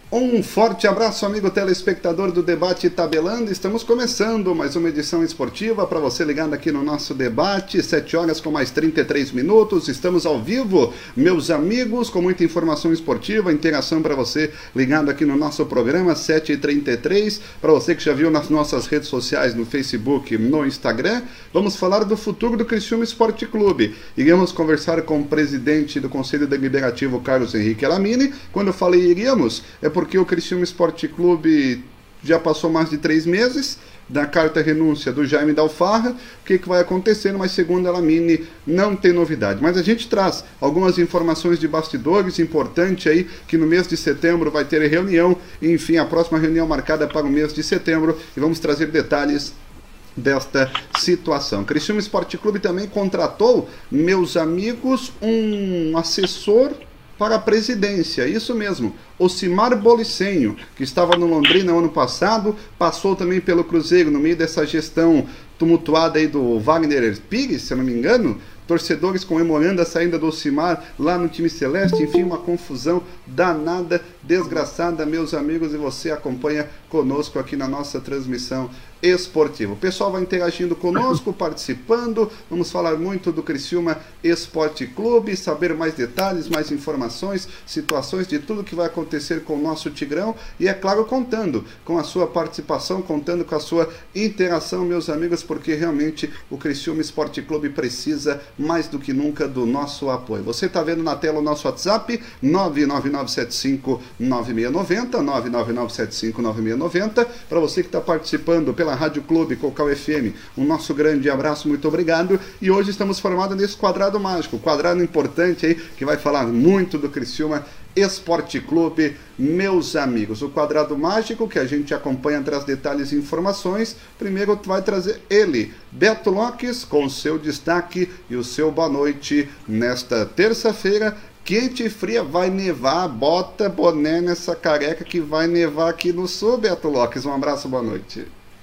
Um forte abraço, amigo telespectador do Debate Tabelando. Estamos começando mais uma edição esportiva para você ligado aqui no nosso debate, 7 horas com mais 33 minutos. Estamos ao vivo, meus amigos, com muita informação esportiva, interação para você ligado aqui no nosso programa, 7h33. Para você que já viu nas nossas redes sociais, no Facebook, no Instagram, vamos falar do futuro do Criciúma Esporte Clube. Iremos conversar com o presidente do Conselho Deliberativo, Carlos Henrique Alamini. Quando eu falei iríamos, é porque o Criciúma Esporte Clube já passou mais de 3 meses da carta renúncia do Jaime Dalfarra. O que vai acontecer, mas segundo a Alamini, não tem novidade. Mas a gente traz algumas informações de bastidores, importante aí, que no mês de setembro vai ter reunião, enfim, a próxima reunião marcada para o mês de setembro, e vamos trazer detalhes desta situação. Criciúma Esporte Clube também contratou, meus amigos, um assessor para a presidência, isso mesmo, Ocimar Bolicenho, que estava no Londrina ano passado, passou também pelo Cruzeiro no meio dessa gestão tumultuada aí do Wagner Pires, se eu não me engano, torcedores comemorando a saída do Ocimar lá no time celeste, enfim, uma confusão danada, desgraçada, meus amigos, e você acompanha conosco aqui na nossa transmissão esportiva. O pessoal vai interagindo conosco, participando, vamos falar muito do Criciúma Esporte Clube, saber mais detalhes, mais informações, situações de tudo que vai acontecer com o nosso Tigrão, e é claro, contando com a sua participação, contando com a sua interação, meus amigos, porque realmente o Criciúma Esporte Clube precisa mais do que nunca do nosso apoio. Você está vendo na tela o nosso WhatsApp, 999759690, 999759690, para você que está participando pela Rádio Clube Cocal FM, um nosso grande abraço, muito obrigado. E hoje estamos formados nesse quadrado mágico, quadrado importante aí, que vai falar muito do Criciúma Esporte Clube, meus amigos. O quadrado mágico que a gente acompanha, traz detalhes e informações. Primeiro vai trazer ele, Beto Lopes, com o seu destaque e o seu boa noite nesta terça-feira. Quente e fria, vai nevar, bota boné nessa careca que vai nevar aqui no sul, Beto Lopes. Um abraço, boa noite.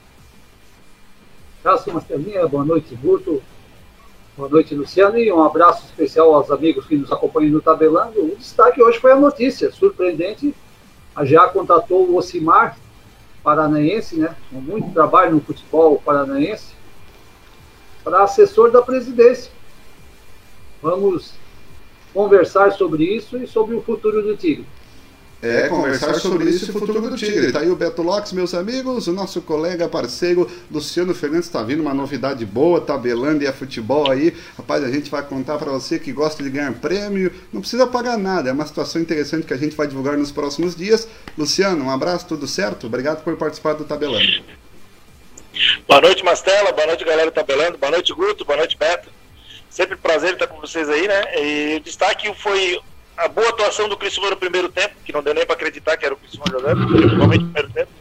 Um abraço, Marcelinha, boa noite, Guto, boa noite, Luciano, e um abraço especial aos amigos que nos acompanham no Tabelando. O destaque hoje foi a notícia surpreendente, a GA contratou o Ocimar, paranaense, né, com muito trabalho no futebol paranaense, para assessor da presidência. Vamos conversar sobre isso e sobre o futuro do Tigre. Conversar sobre isso e o futuro do Tigre. Tá aí o Beto Lopes, meus amigos, o nosso colega, parceiro, Luciano Fernandes. Tá vindo uma novidade boa, Tabelando e a futebol aí. Rapaz, a gente vai contar para você que gosta de ganhar prêmio, não precisa pagar nada, é uma situação interessante que a gente vai divulgar nos próximos dias. Luciano, um abraço, tudo certo? Obrigado por participar do Tabelando. Boa noite, Mastela, boa noite, galera do Tabelando, boa noite, Guto, boa noite, Beto. Sempre prazer estar com vocês aí, né? E o destaque foi a boa atuação do Criciúma no primeiro tempo, que não deu nem para acreditar que era o Criciúma jogando, principalmente no primeiro tempo.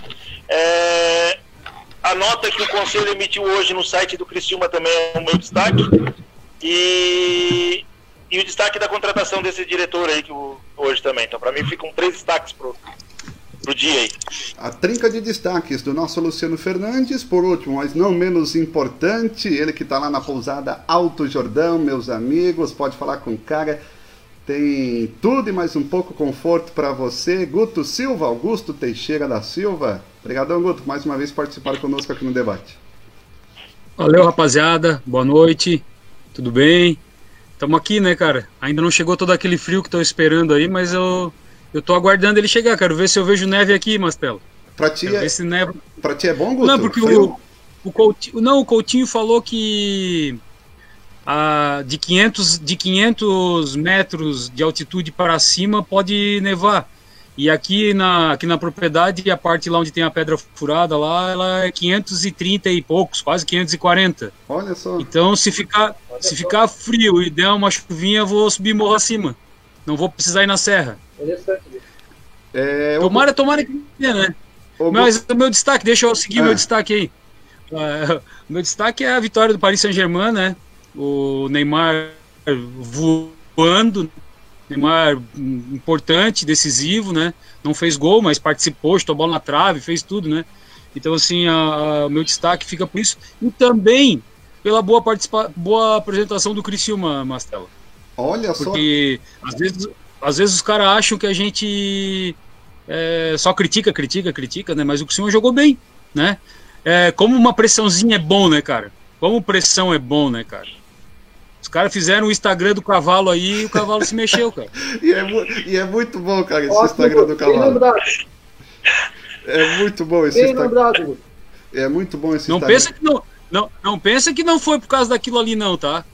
A nota que o Conselho emitiu hoje no site do Criciúma também é o meu destaque. E o destaque da contratação desse diretor aí hoje também. Então, para mim, ficam 3 destaques pro dia aí. A trinca de destaques do nosso Luciano Fernandes. Por último, mas não menos importante, ele que está lá na pousada Alto Jordão, meus amigos, pode falar com o cara. Tem tudo e mais um pouco conforto para você. Guto Silva, Augusto Teixeira da Silva. Obrigadão, Guto, mais uma vez participar conosco aqui no debate. Valeu, rapaziada. Boa noite. Tudo bem? Estamos aqui, né, cara? Ainda não chegou todo aquele frio que estou esperando aí, mas eu tô aguardando ele chegar. Quero ver se eu vejo neve aqui, Mastelo. Pra ti é bom, Guto? Não, porque o Coutinho falou que de 500 metros de altitude para cima pode nevar. E aqui na propriedade, a parte lá onde tem a pedra furada lá, ela é 530 e poucos, quase 540. Olha só. Então, se ficar frio e der uma chuvinha, eu vou subir morro acima. Não vou precisar ir na serra. Interessante. Tomara que dê, né? Mas o meu destaque, deixa eu seguir o meu destaque aí. O meu destaque é a vitória do Paris Saint-Germain, né? O Neymar voando, Neymar importante, decisivo, né? Não fez gol, mas participou, chutou a bola na trave, fez tudo, né? Então, assim, o meu destaque fica por isso. E também pela boa apresentação do Criciúma, Mastella. Olha só. Porque às vezes os caras acham que a gente só critica, né? Mas o Criciúma jogou bem, né? Como uma pressãozinha é bom, né, cara? Como pressão é bom, né, cara? Os caras fizeram o Instagram do cavalo aí e o cavalo se mexeu, cara. E é muito bom, cara, esse Instagram do cavalo. É muito bom esse Instagram. É muito bom esse Instagram. Não pensa que não foi por causa daquilo ali, não, tá?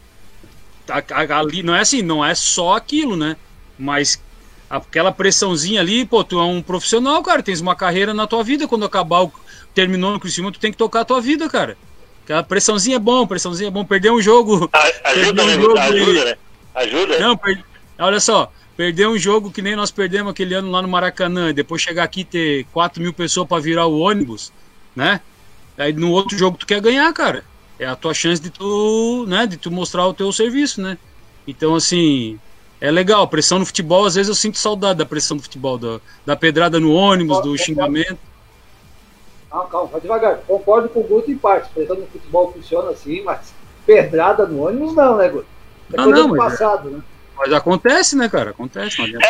Ali não é assim, não é só aquilo, né? Mas aquela pressãozinha ali, pô, tu é um profissional, cara, tens uma carreira na tua vida, quando terminou no Criciúma, tu tem que tocar a tua vida, cara. Aquela pressãozinha é bom, perder um jogo... Ajuda, né? Ajuda. Não, olha só, perder um jogo que nem nós perdemos aquele ano lá no Maracanã, e depois chegar aqui e ter 4.000 pessoas pra virar o ônibus, né? Aí no outro jogo tu quer ganhar, cara. É a tua chance de tu mostrar o teu serviço, né? Então, assim, é legal. Pressão no futebol, às vezes eu sinto saudade da pressão do futebol, da pedrada no ônibus, do xingamento. Calma, vai devagar. Concordo com o Guto em parte. Pressão no futebol funciona assim, mas pedrada no ônibus não, né, Guto? Coisa do passado, né? Mas acontece, né, cara? Acontece. Mas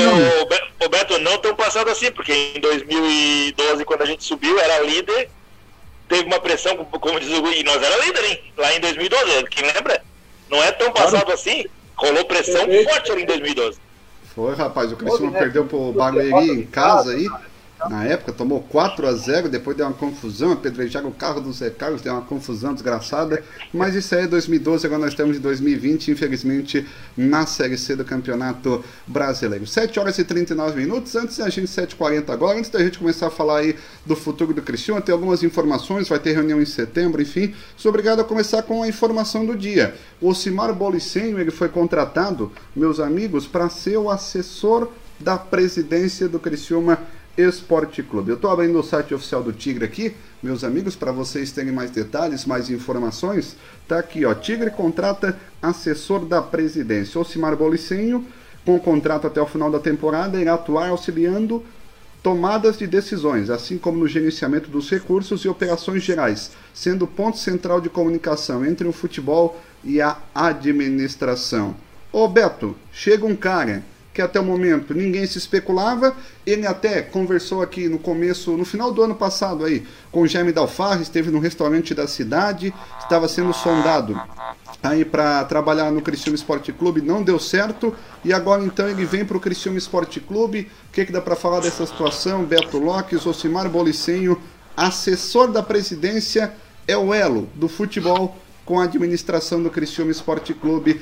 o Beto, não tão passado assim, porque em 2012, quando a gente subiu, era líder. Teve uma pressão, como diz o Gui, e nós era líder, hein? Lá em 2012, quem lembra? Não é tão passado assim. Rolou pressão forte ali em 2012. Foi, rapaz, o Criciúma perdeu pro Barueri em casa aí. Na época, tomou 4-0, depois deu uma confusão, apedrejaram o carro do Zé Carlos, deu uma confusão desgraçada, mas isso aí é 2012, agora nós estamos em 2020, infelizmente, na Série C do Campeonato Brasileiro. 7h39, antes da gente, 7h40 agora, antes da gente começar a falar aí do futuro do Criciúma, tem algumas informações, vai ter reunião em setembro, enfim, sou obrigado a começar com a informação do dia. O Ocimar Bolicenho, ele foi contratado, meus amigos, para ser o assessor da presidência do Criciúma Esporte Clube. Eu estou abrindo o site oficial do Tigre aqui, meus amigos, para vocês terem mais detalhes, mais informações. Tá aqui, ó. Tigre contrata assessor da presidência. Ocimar Bolicenho, com contrato até o final da temporada, irá atuar auxiliando tomadas de decisões, assim como no gerenciamento dos recursos e operações gerais, sendo ponto central de comunicação entre o futebol e a administração. Ô Beto, chega um cara que até o momento ninguém se especulava, ele até conversou aqui no final do ano passado aí, com o Jaime Dalfarre, esteve no restaurante da cidade, estava sendo sondado aí para trabalhar no Criciúma Esporte Clube, não deu certo, e agora então ele vem para o Criciúma Esporte Clube. O que dá para falar dessa situação? Beto Lopes, Ocimar Bolicenho, assessor da presidência, é o elo do futebol com a administração do Criciúma Esporte Clube.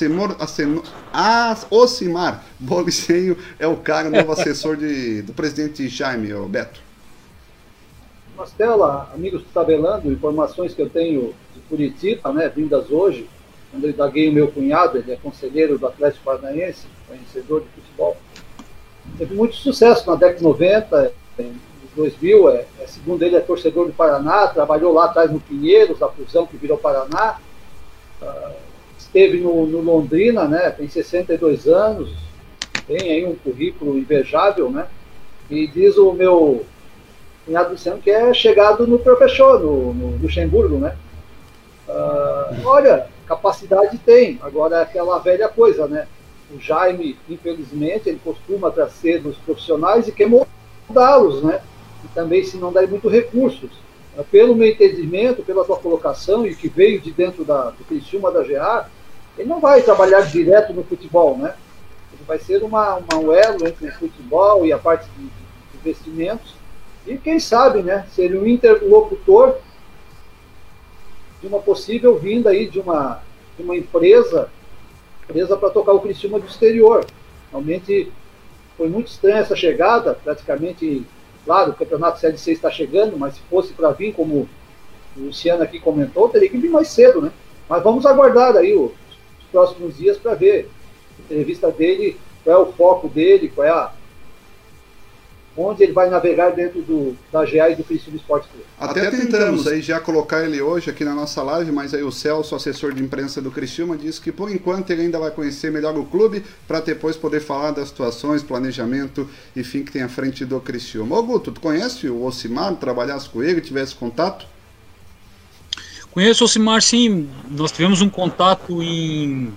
Ocimar Bolicenho é o cara, novo assessor do presidente Jaime, o Beto. Mastella, amigos do Tabelando, informações que eu tenho de Curitiba, né, vindas hoje, quando eu indaguei o meu cunhado, ele é conselheiro do Atlético Paranaense, conhecedor de futebol. Teve muito sucesso na década de 90, em 2000, segundo ele, é torcedor do Paraná, trabalhou lá atrás no Pinheiros, a fusão que virou Paraná, esteve no Londrina, né, tem 62 anos, tem aí um currículo invejável, né, e diz o meu cunhado Luciano que é chegado no professor, no Luxemburgo, né. Olha, capacidade tem, agora é aquela velha coisa, né, o Jaime, infelizmente, ele costuma trazer dos profissionais e quer moldá-los, né, e também se não der muito recursos. Pelo meu entendimento, pela tua colocação, e que veio de dentro do Criciúma da GA, ele não vai trabalhar direto no futebol, né? Ele vai ser um elo entre o futebol e a parte de investimentos, e quem sabe, né, ser um interlocutor de uma possível vinda aí de uma empresa para tocar o Criciúma do exterior. Realmente foi muito estranha essa chegada, praticamente. Claro, o campeonato Série C está chegando, mas se fosse para vir, como o Luciano aqui comentou, teria que vir mais cedo, né? Mas vamos aguardar aí os próximos dias para ver a entrevista dele, qual é o foco dele, onde ele vai navegar dentro da GA e do Criciúma Esporte Clube. Até tentamos aí já colocar ele hoje aqui na nossa live, mas aí o Celso, assessor de imprensa do Criciúma, disse que por enquanto ele ainda vai conhecer melhor o clube para depois poder falar das situações, planejamento, enfim, que tem à frente do Criciúma. Ô Guto, tu conhece o Ocimar, trabalhasse com ele, tivesse contato? Conheço o Ocimar, sim. Nós tivemos um contato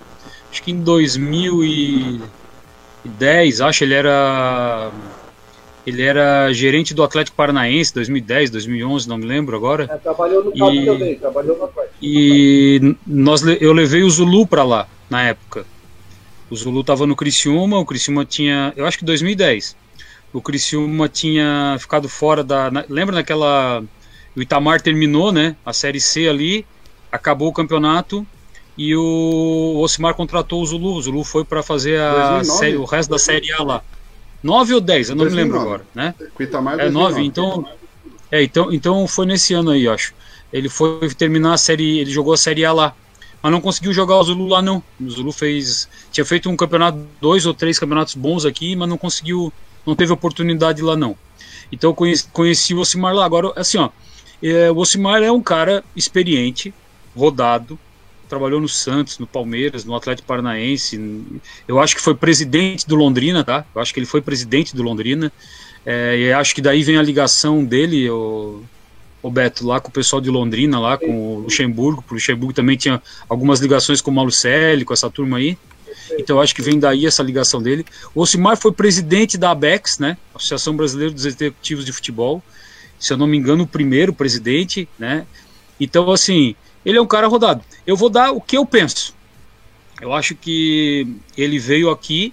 acho que em 2010, ele era Ele era gerente do Atlético Paranaense, 2010, 2011, não me lembro agora. Trabalhou no CAP também, trabalhou no Atlético. E eu levei o Zulu para lá, na época. O Zulu estava no Criciúma, o Criciúma tinha, eu acho que 2010. O Criciúma tinha ficado fora lembra naquela... O Itamar terminou, né, a Série C ali, acabou o campeonato e o Ocimar contratou o Zulu. O Zulu foi para fazer o resto da Série A lá. 9 ou 10, eu não 2009. Me lembro agora, né? O Itamar é 9, então foi nesse ano aí, acho. Ele foi terminar a série, ele jogou a Série A lá, mas não conseguiu jogar o Zulu lá não. O Zulu tinha feito um campeonato, 2 ou 3 campeonatos bons aqui, mas não conseguiu, não teve oportunidade lá não. Então eu conheci o Ocimar lá. Agora, assim, ó, o Ocimar é um cara experiente, rodado, trabalhou no Santos, no Palmeiras, no Atlético Paranaense. Eu acho que foi presidente do Londrina, tá? Eu acho que ele foi presidente do Londrina. E acho que daí vem a ligação dele, o Beto, lá com o pessoal de Londrina, lá com o Luxemburgo. O Luxemburgo também tinha algumas ligações com o Malucelli, com essa turma aí. Então eu acho que vem daí essa ligação dele. O Ocimar foi presidente da ABEX, né? Associação Brasileira dos Executivos de Futebol. Se eu não me engano, o primeiro presidente, né? Então, assim, ele é um cara rodado. Eu vou dar o que eu penso. Eu acho que ele veio aqui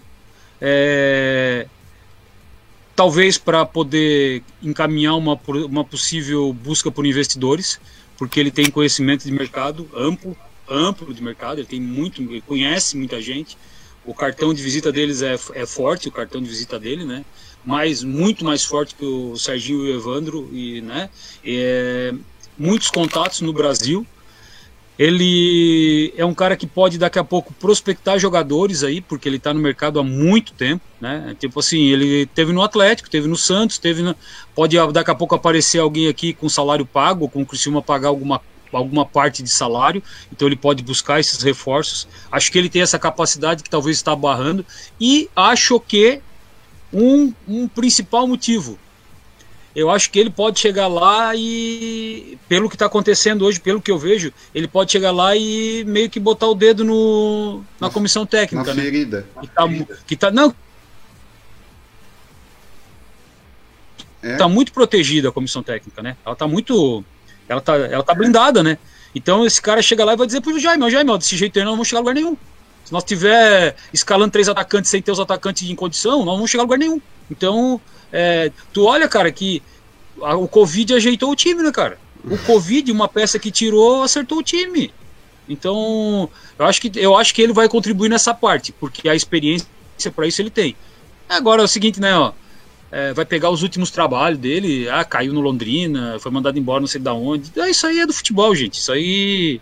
talvez para poder encaminhar uma possível busca por investidores, porque ele tem conhecimento de mercado amplo de mercado, ele conhece muita gente. O cartão de visita deles é forte, o cartão de visita dele, né? Mas muito mais forte que o Serginho e o Evandro, né? Muitos contatos no Brasil. Ele é um cara que pode daqui a pouco prospectar jogadores aí, porque ele está no mercado há muito tempo, né? Tipo assim, ele teve no Atlético, teve no Santos, pode daqui a pouco aparecer alguém aqui com salário pago, com o Criciúma pagar alguma parte de salário, então ele pode buscar esses reforços. Acho que ele tem essa capacidade que talvez está barrando, e acho que um principal motivo, eu acho que ele pode chegar lá e, pelo que está acontecendo hoje, pelo que eu vejo, ele pode chegar lá e meio que botar o dedo na comissão técnica, na ferida. Tá muito protegida a comissão técnica, né? Ela tá blindada, né? Então esse cara chega lá e vai dizer pro Jaime, desse jeito aí nós não vamos chegar a lugar nenhum. Se nós tiver escalando 3 atacantes sem ter os atacantes em condição, nós não vamos chegar a lugar nenhum. Então, tu olha, cara, que o Covid ajeitou o time, né, cara? O Covid, uma peça que tirou, acertou o time. Então, eu acho que ele vai contribuir nessa parte, porque a experiência para isso ele tem. Agora é o seguinte, né, ó, vai pegar os últimos trabalhos dele, caiu no Londrina, foi mandado embora não sei de onde. Isso aí é do futebol, gente. Isso aí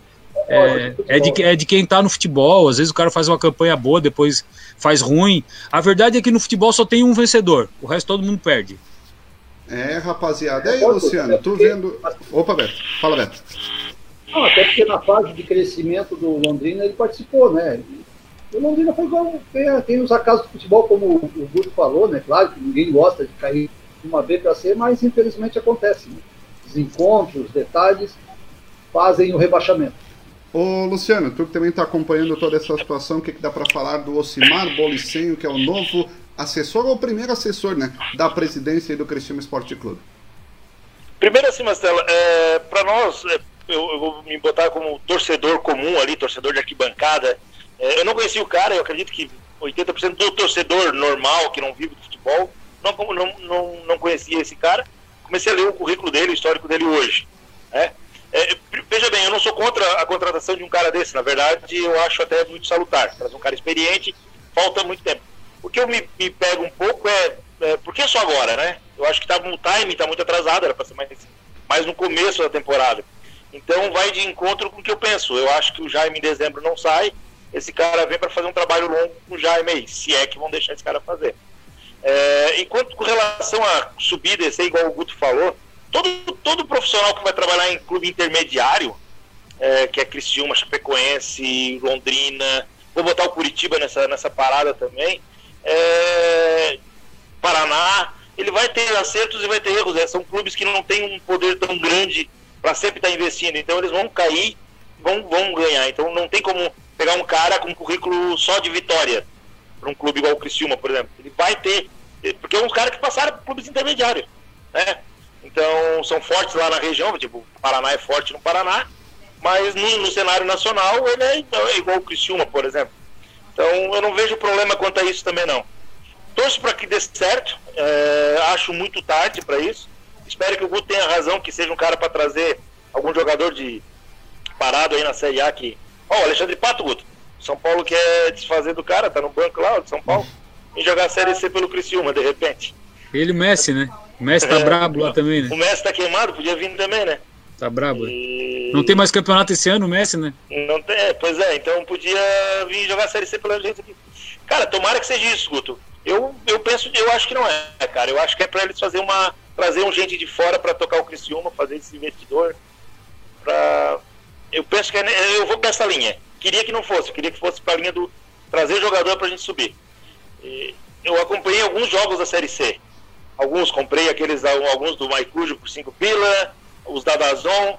é de quem tá no futebol. Às vezes o cara faz uma campanha boa, depois faz ruim. A verdade é que no futebol só tem um vencedor, o resto todo mundo perde. Rapaziada. E aí, Luciano, tu vendo... Opa, Beto. Fala, Beto. Não, até porque na fase de crescimento do Londrina ele participou, né? O Londrina foi igual, tem os acasos do futebol, como o Guto falou, né? Claro que ninguém gosta de cair de uma B para C, mas infelizmente acontece, né? Os encontros, os detalhes fazem o rebaixamento. Ô Luciano, tu que também está acompanhando toda essa situação, o que dá para falar do Ocimar Bolicenho, que é o novo assessor, ou o primeiro assessor, né, da presidência e do Criciúma Esporte Clube? Primeiro assim, Marcelo, para nós, eu vou me botar como torcedor comum ali, torcedor de arquibancada. Eu não conheci o cara, eu acredito que 80% do torcedor normal, que não vive de futebol, não conhecia esse cara. Comecei a ler o currículo dele, o histórico dele hoje, né? Veja bem, eu não sou contra a contratação de um cara desse. Na verdade, eu acho até muito salutar. Traz um cara experiente, falta muito tempo. O que eu me pego um pouco por que só agora, né? Eu acho que o timing está muito atrasado, era para ser mais no começo da temporada. Então vai de encontro com o que eu penso. Eu acho que o Jaime em dezembro não sai, esse cara vem para fazer um trabalho longo com o Jaime aí, se é que vão deixar esse cara fazer. Enquanto com relação a subir e descer, igual o Guto falou, todo profissional que vai trabalhar em clube intermediário, que é Criciúma, Chapecoense, Londrina, vou botar o Curitiba nessa parada também, Paraná, ele vai ter acertos e vai ter erros. São clubes que não têm um poder tão grande para sempre estar investindo, então eles vão cair, vão ganhar. Então não tem como pegar um cara com um currículo só de vitória para um clube igual o Criciúma, por exemplo. Ele vai ter porque é uns caras que passaram por clubes intermediários, né? Então, são fortes lá na região, tipo, o Paraná é forte no Paraná, mas no cenário nacional ele é igual o Criciúma, por exemplo. Então, eu não vejo problema quanto a isso também, não. Torço para que dê certo, acho muito tarde para isso. Espero que o Guto tenha razão, que seja um cara para trazer algum jogador de parado aí na Série A que... Ó, o Alexandre Pato, Guto. São Paulo quer desfazer do cara, tá no banco lá, de São Paulo, e jogar a Série C pelo Criciúma, de repente. Ele e o Messi, né? O Messi tá brabo lá também, né? O Messi tá queimado, podia vir também, né? Tá brabo. Não tem mais campeonato esse ano, o Messi, né? Não tem, pois é, então podia vir jogar a Série C pela gente aqui. Cara, tomara que seja isso, Guto. Eu acho que não é, cara. Eu acho que é pra eles trazer um gente de fora pra tocar o Criciúma, fazer esse investidor. Eu penso que eu vou pra essa linha. Queria que não fosse, queria que fosse pra linha do trazer jogador pra gente subir. Eu acompanhei alguns jogos da Série C. Comprei alguns do Maicujo por 5 pila, os da Dazon.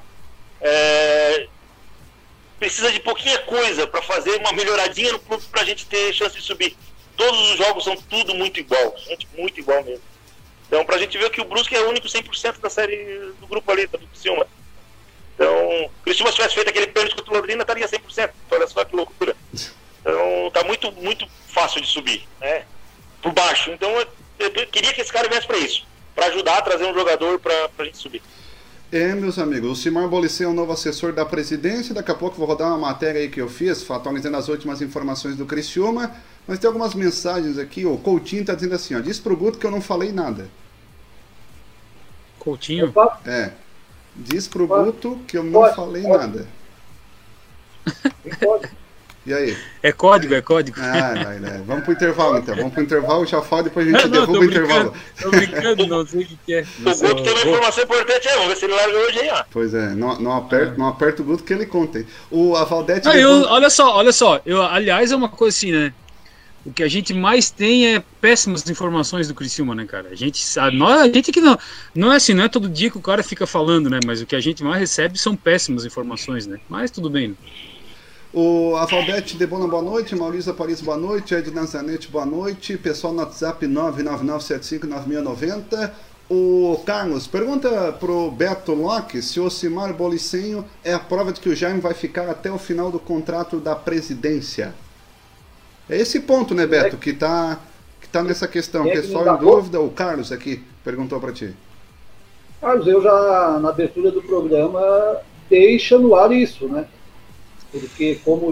Precisa de pouquinha coisa para fazer uma melhoradinha no clube pra gente ter chance de subir. Todos os jogos são tudo muito igual, gente, muito igual mesmo. Então, pra gente ver que o Brusque é o único 100% da série do grupo ali, do Criciúma. Então, o Criciúma, se tivesse feito aquele pênalti contra o Londrina, estaria 100%. Olha só que loucura. Então, tá muito, muito fácil de subir, né? Por baixo. Então, eu queria que esse cara viesse para isso, para ajudar a trazer um jogador para a gente subir. Meus amigos, o Simar Bolicê é o novo assessor da presidência. Daqui a pouco vou rodar uma matéria aí que eu fiz, atualizando as últimas informações do Criciúma. Mas tem algumas mensagens aqui. O Coutinho está dizendo assim, ó, diz pro Guto que eu não falei nada. Coutinho? Diz pro Guto que eu não falei nada. Pode. E aí? É código. Vamos pro intervalo então. Vamos pro intervalo, já fala, depois a gente derruba o intervalo. Tô brincando, não sei o que é. O Guto tem uma informação importante aí, vamos ver se ele larga hoje aí, ó. Pois é, não aperta o Guto que ele conta. A Valdete... Olha só, aliás, é uma coisa assim, né? O que a gente mais tem é péssimas informações do Criciúma, né, cara? A gente sabe, a gente que não é assim, não é todo dia que o cara fica falando, né? Mas o que a gente mais recebe são péssimas informações, né? Mas tudo bem, né? A Valdete Debona, boa noite. Maurício Paris, boa noite. Ed Nazanete, boa noite. Pessoal no WhatsApp 999759690. O Carlos, pergunta pro Beto Locke se o Simar Bolicenho é a prova de que o Jaime vai ficar até o final do contrato da presidência. É esse ponto, né, Beto, que tá nessa questão. Pessoal em dúvida, o Carlos aqui perguntou para ti. Carlos, eu já na abertura do programa deixa no ar isso, né? Porque, como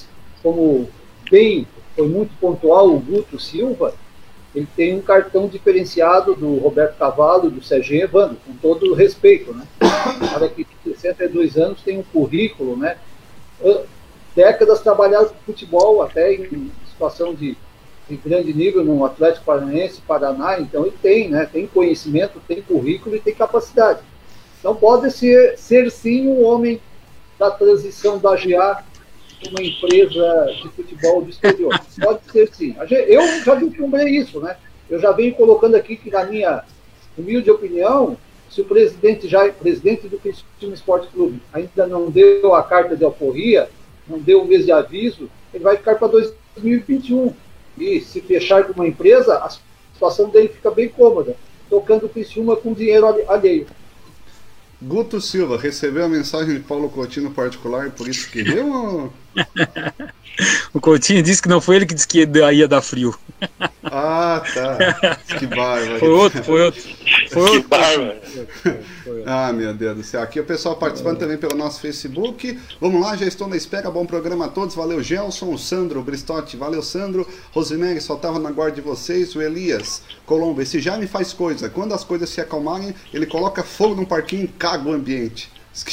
foi muito pontual o Guto Silva, ele tem um cartão diferenciado do Roberto Cavalo, do Serginho Evandro, com todo o respeito, né? Para que 62 anos tem um currículo, né? Décadas trabalhadas com futebol, até em situação de grande nível no Atlético Paranaense, Paraná, então ele tem, né? Tem conhecimento, tem currículo e tem capacidade. Então pode ser sim um homem da transição da GA de uma empresa de futebol do exterior. Pode ser sim. Eu já vislumbrei isso, né? Eu já venho colocando aqui que, na minha humilde opinião, se o presidente do Criciúma Esporte Clube ainda não deu a carta de alforria, não deu o mês de aviso, ele vai ficar para 2021. E se fechar com uma empresa, a situação dele fica bem cômoda, tocando o Criciúma com dinheiro alheio. Guto Silva recebeu a mensagem de Paulo Coutinho no particular, por isso que viu? O Coutinho disse que não foi ele que disse que ia dar frio. Ah, tá. Que bárbaro. Foi outro. Ah, meu Deus do céu. Aqui o pessoal participando também pelo nosso Facebook. Vamos lá, já estou na espera. Bom programa a todos. Valeu, Gelson, o Sandro, o Bristotti. Valeu, Sandro. Rosemary, só estava na guarda de vocês. O Elias Colombo. Esse Jaime faz coisa. Quando as coisas se acalmarem, ele coloca fogo num parquinho e caga o ambiente.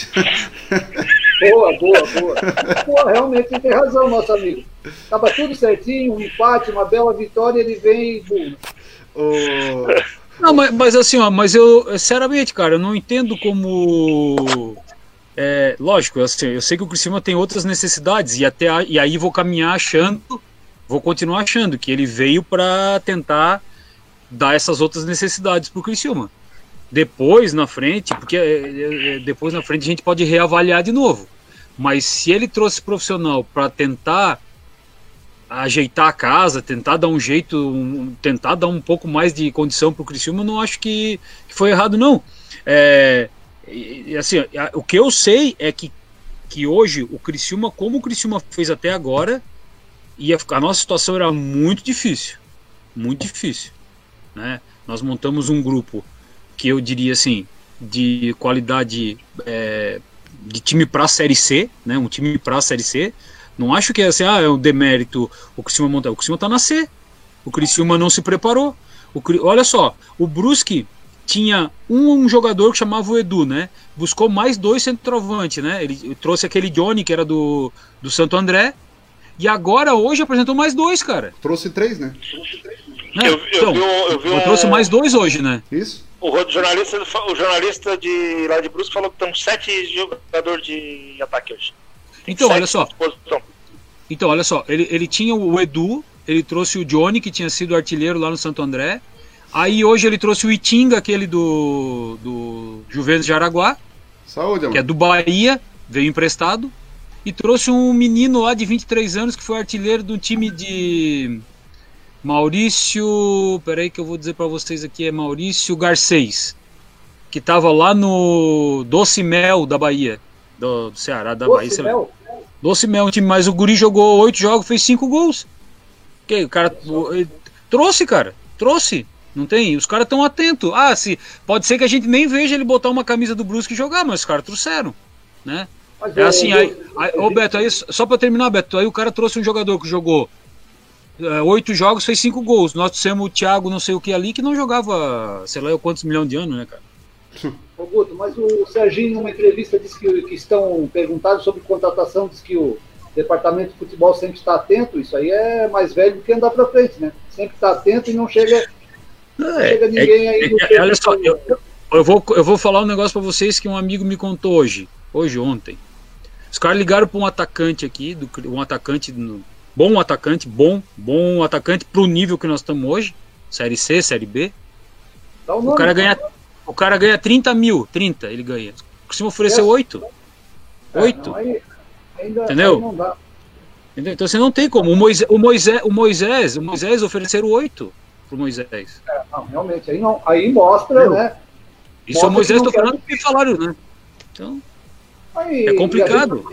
Boa. Pô, realmente tem razão, nosso amigo. Tava tudo certinho, um empate, uma bela vitória, ele vem e boom. Não, mas assim, mas eu, sinceramente, cara, eu não entendo como... lógico, assim, eu sei que o Criciúma tem outras necessidades e aí vou continuar achando que ele veio para tentar dar essas outras necessidades pro Criciúma. Depois na frente, porque depois na frente a gente pode reavaliar de novo. Mas se ele trouxe profissional para tentar ajeitar a casa, tentar dar um jeito, tentar dar um pouco mais de condição para o Criciúma, eu não acho que foi errado, não. Assim, o que eu sei é que hoje o Criciúma, como o Criciúma fez até agora, a nossa situação era muito difícil, né? Nós montamos um grupo que eu diria assim, de qualidade de time para a Série C, né? Um time para a Série C. Não acho que assim, é um demérito o Criciúma montar. O Criciúma tá na C. O Criciúma não se preparou. Olha só, o Brusque tinha um jogador que chamava o Edu, né? Buscou mais 2 centroavantes, né? Ele trouxe aquele Johnny que era do Santo André. E agora, hoje, apresentou mais 2, cara. Trouxe 3, né? Eu trouxe mais 2 hoje, né? Isso. O jornalista de lá de Brusque falou que estão 7 jogadores de ataque hoje. Então, olha só. Ele tinha o Edu, ele trouxe o Johnny, que tinha sido artilheiro lá no Santo André. Aí hoje ele trouxe o Itinga, aquele do Juventus de Araguá. Saúde, amor. Que é do Bahia, veio emprestado. E trouxe um menino lá de 23 anos que foi artilheiro do time de Maurício... Peraí que eu vou dizer pra vocês aqui, é Maurício Garcês, que tava lá no Doce Mel da Bahia, do Ceará, da Bahia. Doce Mel, um time, mas o guri jogou 8 jogos, fez 5 gols. O cara trouxe. Não tem? Os caras estão atentos. Pode ser que a gente nem veja ele botar uma camisa do Brusque e jogar, mas os caras trouxeram, né? Assim, Beto, aí, só pra terminar, Beto, aí o cara trouxe um jogador que jogou 8 jogos, fez 5 gols. Nós trouxemos o Thiago não sei o que ali, que não jogava, sei lá, quantos milhões de anos, né, cara? Ô, Guto, mas o Serginho, numa entrevista, disse que estão perguntados sobre contratação, diz que o departamento de futebol sempre está atento. Isso aí é mais velho do que andar pra frente, né? Sempre está atento e não chega ninguém aí. Olha só, eu vou falar um negócio pra vocês que um amigo me contou ontem. Os caras ligaram para um atacante aqui, bom atacante pro nível que nós estamos hoje, Série C, Série B. O cara ganha 30 mil, ele ganha. Se me oferecer 8. 8. Entendeu? Não dá. Entendeu? Então você não tem como. O Moisés ofereceram 8 pro Moisés. Não, realmente, aí mostra, né? Isso é o Moisés, tô falando que falaram, né? Então... é complicado.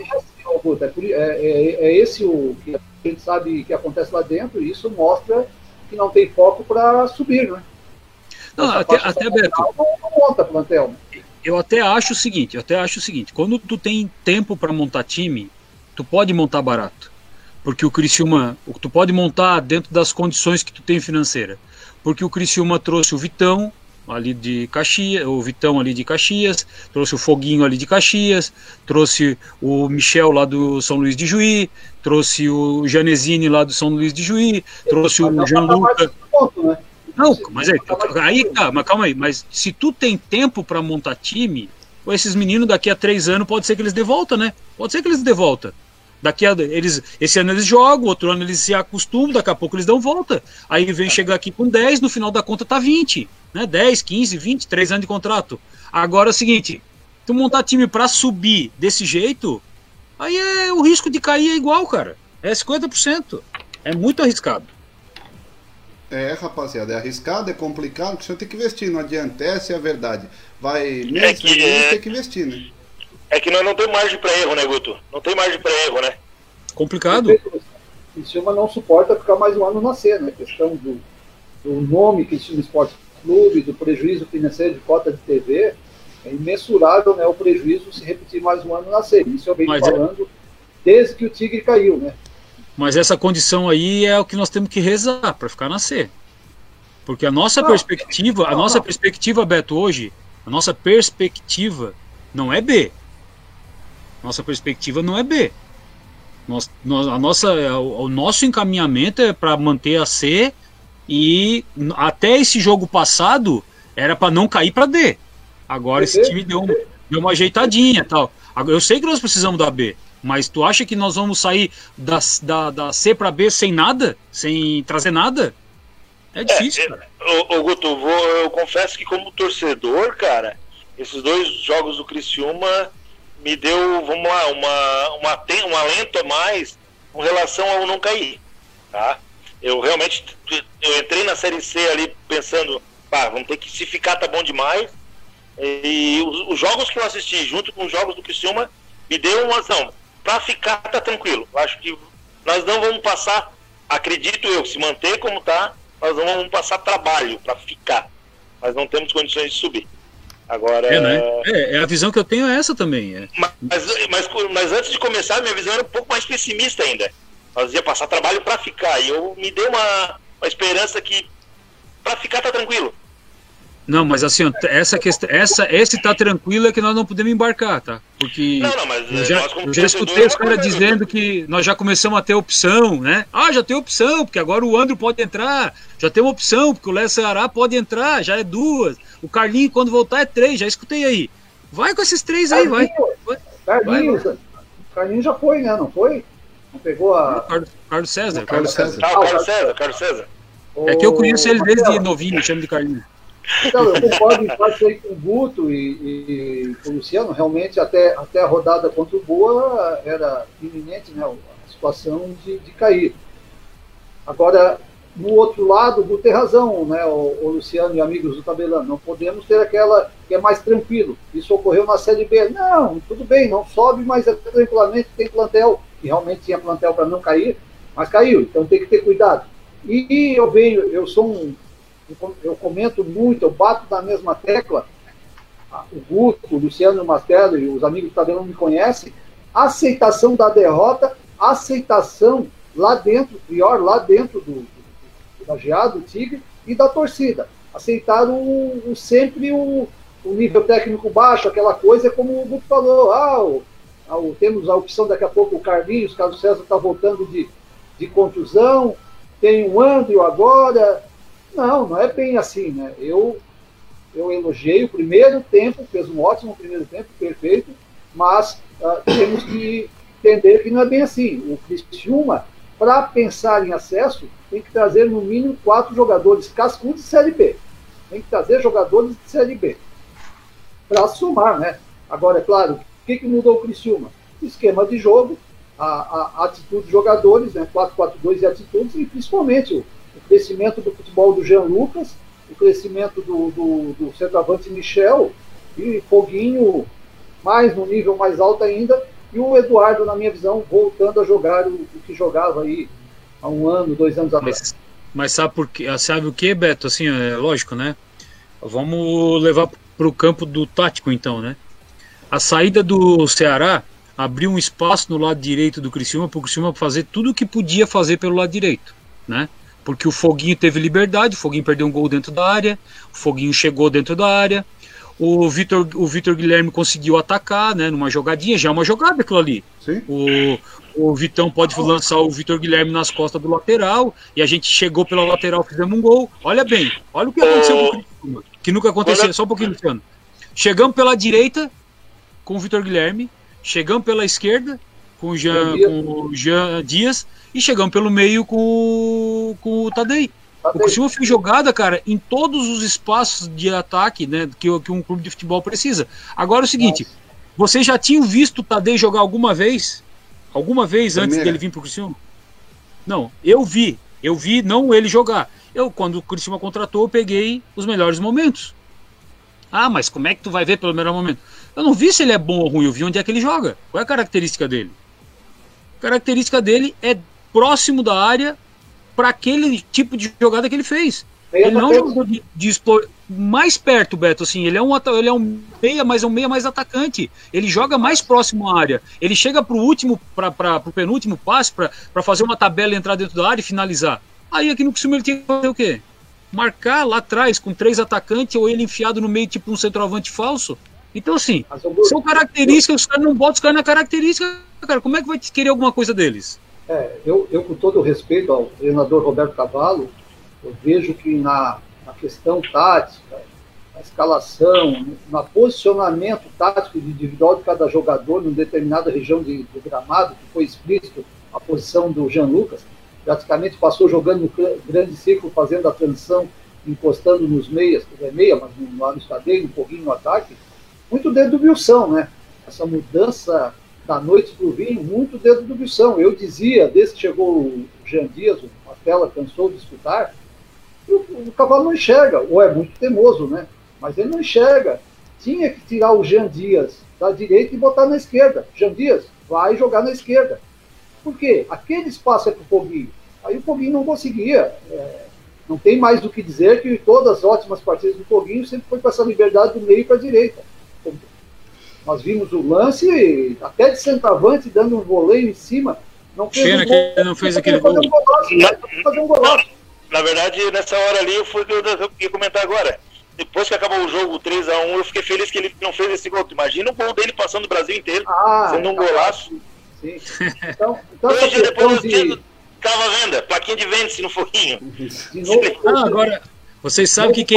É esse o que a gente sabe que acontece lá dentro, e isso mostra que não tem foco para subir, né? Não, até Beto, não monta plantel. Eu até acho o seguinte, quando tu tem tempo para montar time, tu pode montar barato. Porque o Criciúma, tu pode montar dentro das condições que tu tem financeira. Porque o Criciúma trouxe o Vitão ali de Caxias, o Vitão ali de Caxias, trouxe o Foguinho ali de Caxias, trouxe o Michel lá do São Luís de Juí, trouxe o Janesini lá do São Luís de Juí, trouxe o Gianluca. Não, mas mas calma aí, mas se tu tem tempo para montar time, esses meninos daqui a 3 anos pode ser que eles dê volta, né? Pode ser que eles dê volta. Esse ano eles jogam, outro ano eles se acostumam, daqui a pouco eles dão volta. Aí vem chegar aqui com 10, no final da conta tá 20, né? 10, 15, 20, 3 anos de contrato. Agora é o seguinte, tu montar time pra subir desse jeito, aí o risco de cair é igual, cara. É 50%. É muito arriscado. Rapaziada, é arriscado, é complicado, porque o senhor tem que investir, não adianta, essa é a verdade. Tem que investir, né? É que nós não temos margem para erro, né, Guto? Não tem margem para erro, né? Complicado. O Criciúma não suporta ficar mais um ano na C, né? A questão do nome Criciúma Esporte Clube, do prejuízo financeiro de cota de TV, é imensurável, né? O prejuízo se repetir mais um ano na C. Isso eu venho falando desde que o Tigre caiu, né? Mas essa condição aí é o que nós temos que rezar para ficar na C. Porque a nossa perspectiva, Beto, hoje, a nossa perspectiva não é B. Nossa perspectiva não é B. O nosso encaminhamento é para manter a C, e até esse jogo passado era para não cair para D. Agora esse time deu uma ajeitadinha, tal. Eu sei que nós precisamos da B, mas tu acha que nós vamos sair da C para B sem nada? Sem trazer nada? É difícil, cara. Guto, eu confesso que como torcedor, cara, esses 2 jogos do Criciúma me deu, vamos lá, um alento a mais com relação ao não cair. tá? Eu realmente entrei na Série C ali pensando, vamos ter que, se ficar tá bom demais. E os jogos que eu assisti, junto com os jogos do Criciúma, me deu uma ação. Para ficar, tá tranquilo. Eu acho que nós não vamos passar, acredito eu, se manter como tá, nós não vamos passar trabalho para ficar. Nós não temos condições de subir. Agora... a visão que eu tenho é essa também. Mas antes de começar, minha visão era um pouco mais pessimista ainda. Nós ia passar trabalho para ficar. E eu me dei uma esperança que para ficar tá tranquilo. Não, mas assim, esse tá tranquilo é que nós não podemos embarcar, tá? Porque eu já escutei os caras dizendo que nós já começamos a ter opção, né? Já tem opção, porque agora o Andro pode entrar, já tem uma opção, porque o Léo Ceará pode entrar, já é 2. O Carlinho, quando voltar, é 3, já escutei aí. Vai com esses 3 aí, vai. Carlinho já foi, né? Não foi? Não pegou a... Carlos César. Carlos César. É que eu conheço ele desde novinho, chamo de Carlinho. Então, eu concordo em parte aí com o Guto e com o Luciano. Realmente, até a rodada contra o Boa era iminente, né, a situação de cair. Agora, no outro lado, o Guto tem razão, né, o Luciano e amigos do Tabelando. Não podemos ter aquela que é mais tranquilo. Isso ocorreu na Série B. Não, tudo bem, não sobe, mas tranquilamente tem plantel. E realmente tinha plantel para não cair, mas caiu. Então tem que ter cuidado. E eu comento muito, eu bato na mesma tecla, o Guto, o Luciano Mastelo e os amigos que também me conhecem, aceitação da derrota, aceitação lá dentro, pior, lá dentro do Lajeado, do Tigre e da torcida. Aceitaram sempre o nível técnico baixo, aquela coisa como o Guto falou, temos a opção daqui a pouco o Carlinhos, Carlos César está voltando de contusão, tem o André agora... Não é bem assim, né? Eu elogiei o primeiro tempo, fez um ótimo primeiro tempo, perfeito, mas temos que entender que não é bem assim. O Criciúma, para pensar em acesso, tem que trazer no mínimo 4 jogadores cascudos de Série B. Tem que trazer jogadores de Série B. Para somar, né? Agora, é claro, o que mudou o Criciúma? O esquema de jogo, a atitude dos jogadores, né? 4-4-2 e atitudes, e principalmente o crescimento do futebol do Jean Lucas, o crescimento do centroavante Michel, e Foguinho mais no nível mais alto ainda, e o Eduardo, na minha visão, voltando a jogar o que jogava aí há 1 ano, 2 anos atrás. Mas sabe o que, Beto? Assim, é lógico, né? Vamos levar para o campo do tático, então, né? A saída do Ceará abriu um espaço no lado direito do Criciúma para o Criciúma fazer tudo o que podia fazer pelo lado direito, né? Porque o Foguinho teve liberdade, o Foguinho perdeu um gol dentro da área, o Foguinho chegou dentro da área, o Vitor Guilherme conseguiu atacar, né, numa jogadinha, já é uma jogada aquilo ali. Sim. O Vitão pode lançar o Vitor Guilherme nas costas do lateral, e a gente chegou pela lateral, fizemos um gol. Olha bem, olha o que aconteceu com o Criciúma, que nunca aconteceu, só um pouquinho, Luciano. Chegamos pela direita com o Vitor Guilherme, chegamos pela esquerda com o Jean Dias, e chegamos pelo meio com o Tadei. O Criciúma fez jogada, cara, em todos os espaços de ataque, né, que um clube de futebol precisa. Agora é o seguinte, vocês já tinham visto o Tadei jogar alguma vez? Alguma vez antes dele vir pro Criciúma? Não, eu vi não ele jogar. Quando o Criciúma contratou, eu peguei os melhores momentos. Mas como é que tu vai ver pelo melhor momento? Eu não vi se ele é bom ou ruim, eu vi onde é que ele joga. Qual é a característica dele? A característica dele é próximo da área para aquele tipo de jogada que ele fez. Ele não jogou de mais perto, Beto, assim, ele é um meia, mas é um meia mais atacante. Ele joga mais próximo à área. Ele chega pro penúltimo passe para fazer uma tabela, entrar dentro da área e finalizar. Aí aqui no Criciúma ele tinha que fazer o quê? Marcar lá atrás com 3 atacantes ou ele enfiado no meio tipo um centroavante falso. Então assim, são características, os caras não botam os caras na característica, cara, como é que vai querer alguma coisa deles? Eu com todo o respeito ao treinador Roberto Cavallo, eu vejo que na questão tática, na escalação, no posicionamento tático e individual de cada jogador em determinada região do gramado, que foi explícito a posição do Jean Lucas, praticamente passou jogando no grande círculo, fazendo a transição, encostando nos meias, mas lá no escadeio, um pouquinho no ataque, muito dedo do Wilson, né? Essa mudança da noite para o vinho, muito dedo do Wilson. Eu dizia, desde que chegou o Jean Dias, o Mastella cansou de escutar, o cavalo não enxerga, ou é muito teimoso, né? Mas ele não enxerga. Tinha que tirar o Jean Dias da direita e botar na esquerda. Jean Dias vai jogar na esquerda. Por quê? Aquele espaço é para o Foguinho. Aí o Foguinho não conseguia. Não tem mais do que dizer que todas as ótimas partidas do Foguinho sempre foi com essa liberdade do meio para a direita. Nós vimos o lance, até de centroavante, dando um voleio em cima. Não fez Pena um gol, que não fez aquele gol. Fazer um golaço. Na verdade, nessa hora ali, foi o que eu ia comentar agora. Depois que acabou o jogo 3-1, eu fiquei feliz que ele não fez esse gol. Imagina o gol dele passando o Brasil inteiro, sendo um golaço. Sim. Então 2 dias depois estava à venda, plaquinha de venda-se no Foguinho. Agora, vocês sabem que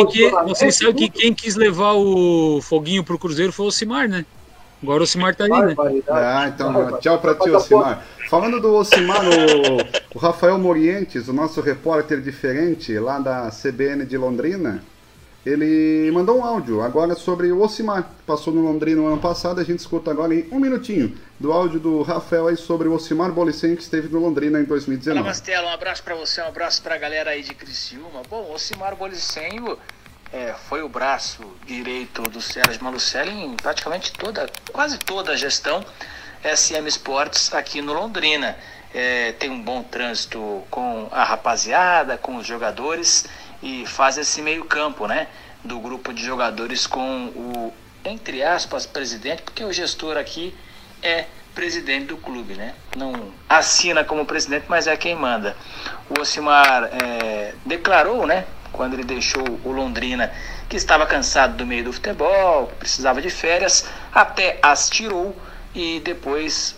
quem quis levar o Foguinho pro Cruzeiro foi o Ocimar, né? Agora o Ocimar tá aí, né? Então tchau pra ti, Ocimar. Falando do Ocimar, o Rafael Morientes, o nosso repórter diferente lá da CBN de Londrina, ele mandou um áudio agora sobre o Ocimar, que passou no Londrina no ano passado. A gente escuta agora em um minutinho do áudio do Rafael aí sobre o Ocimar Bolicen, que esteve no Londrina em 2019. Fala, Mastella, um abraço para você, um abraço para a galera aí de Criciúma. Bom, o Ocimar Bolicen foi o braço direito do Sérgio Malucelli em praticamente quase toda a gestão SM Sports aqui no Londrina. Tem um bom trânsito com a rapaziada, com os jogadores, e faz esse meio campo, né, do grupo de jogadores com o, entre aspas, presidente, porque o gestor aqui é presidente do clube, né, não assina como presidente, mas é quem manda. O Ocimar declarou, né, quando ele deixou o Londrina, que estava cansado do meio do futebol, que precisava de férias, até as tirou, e depois,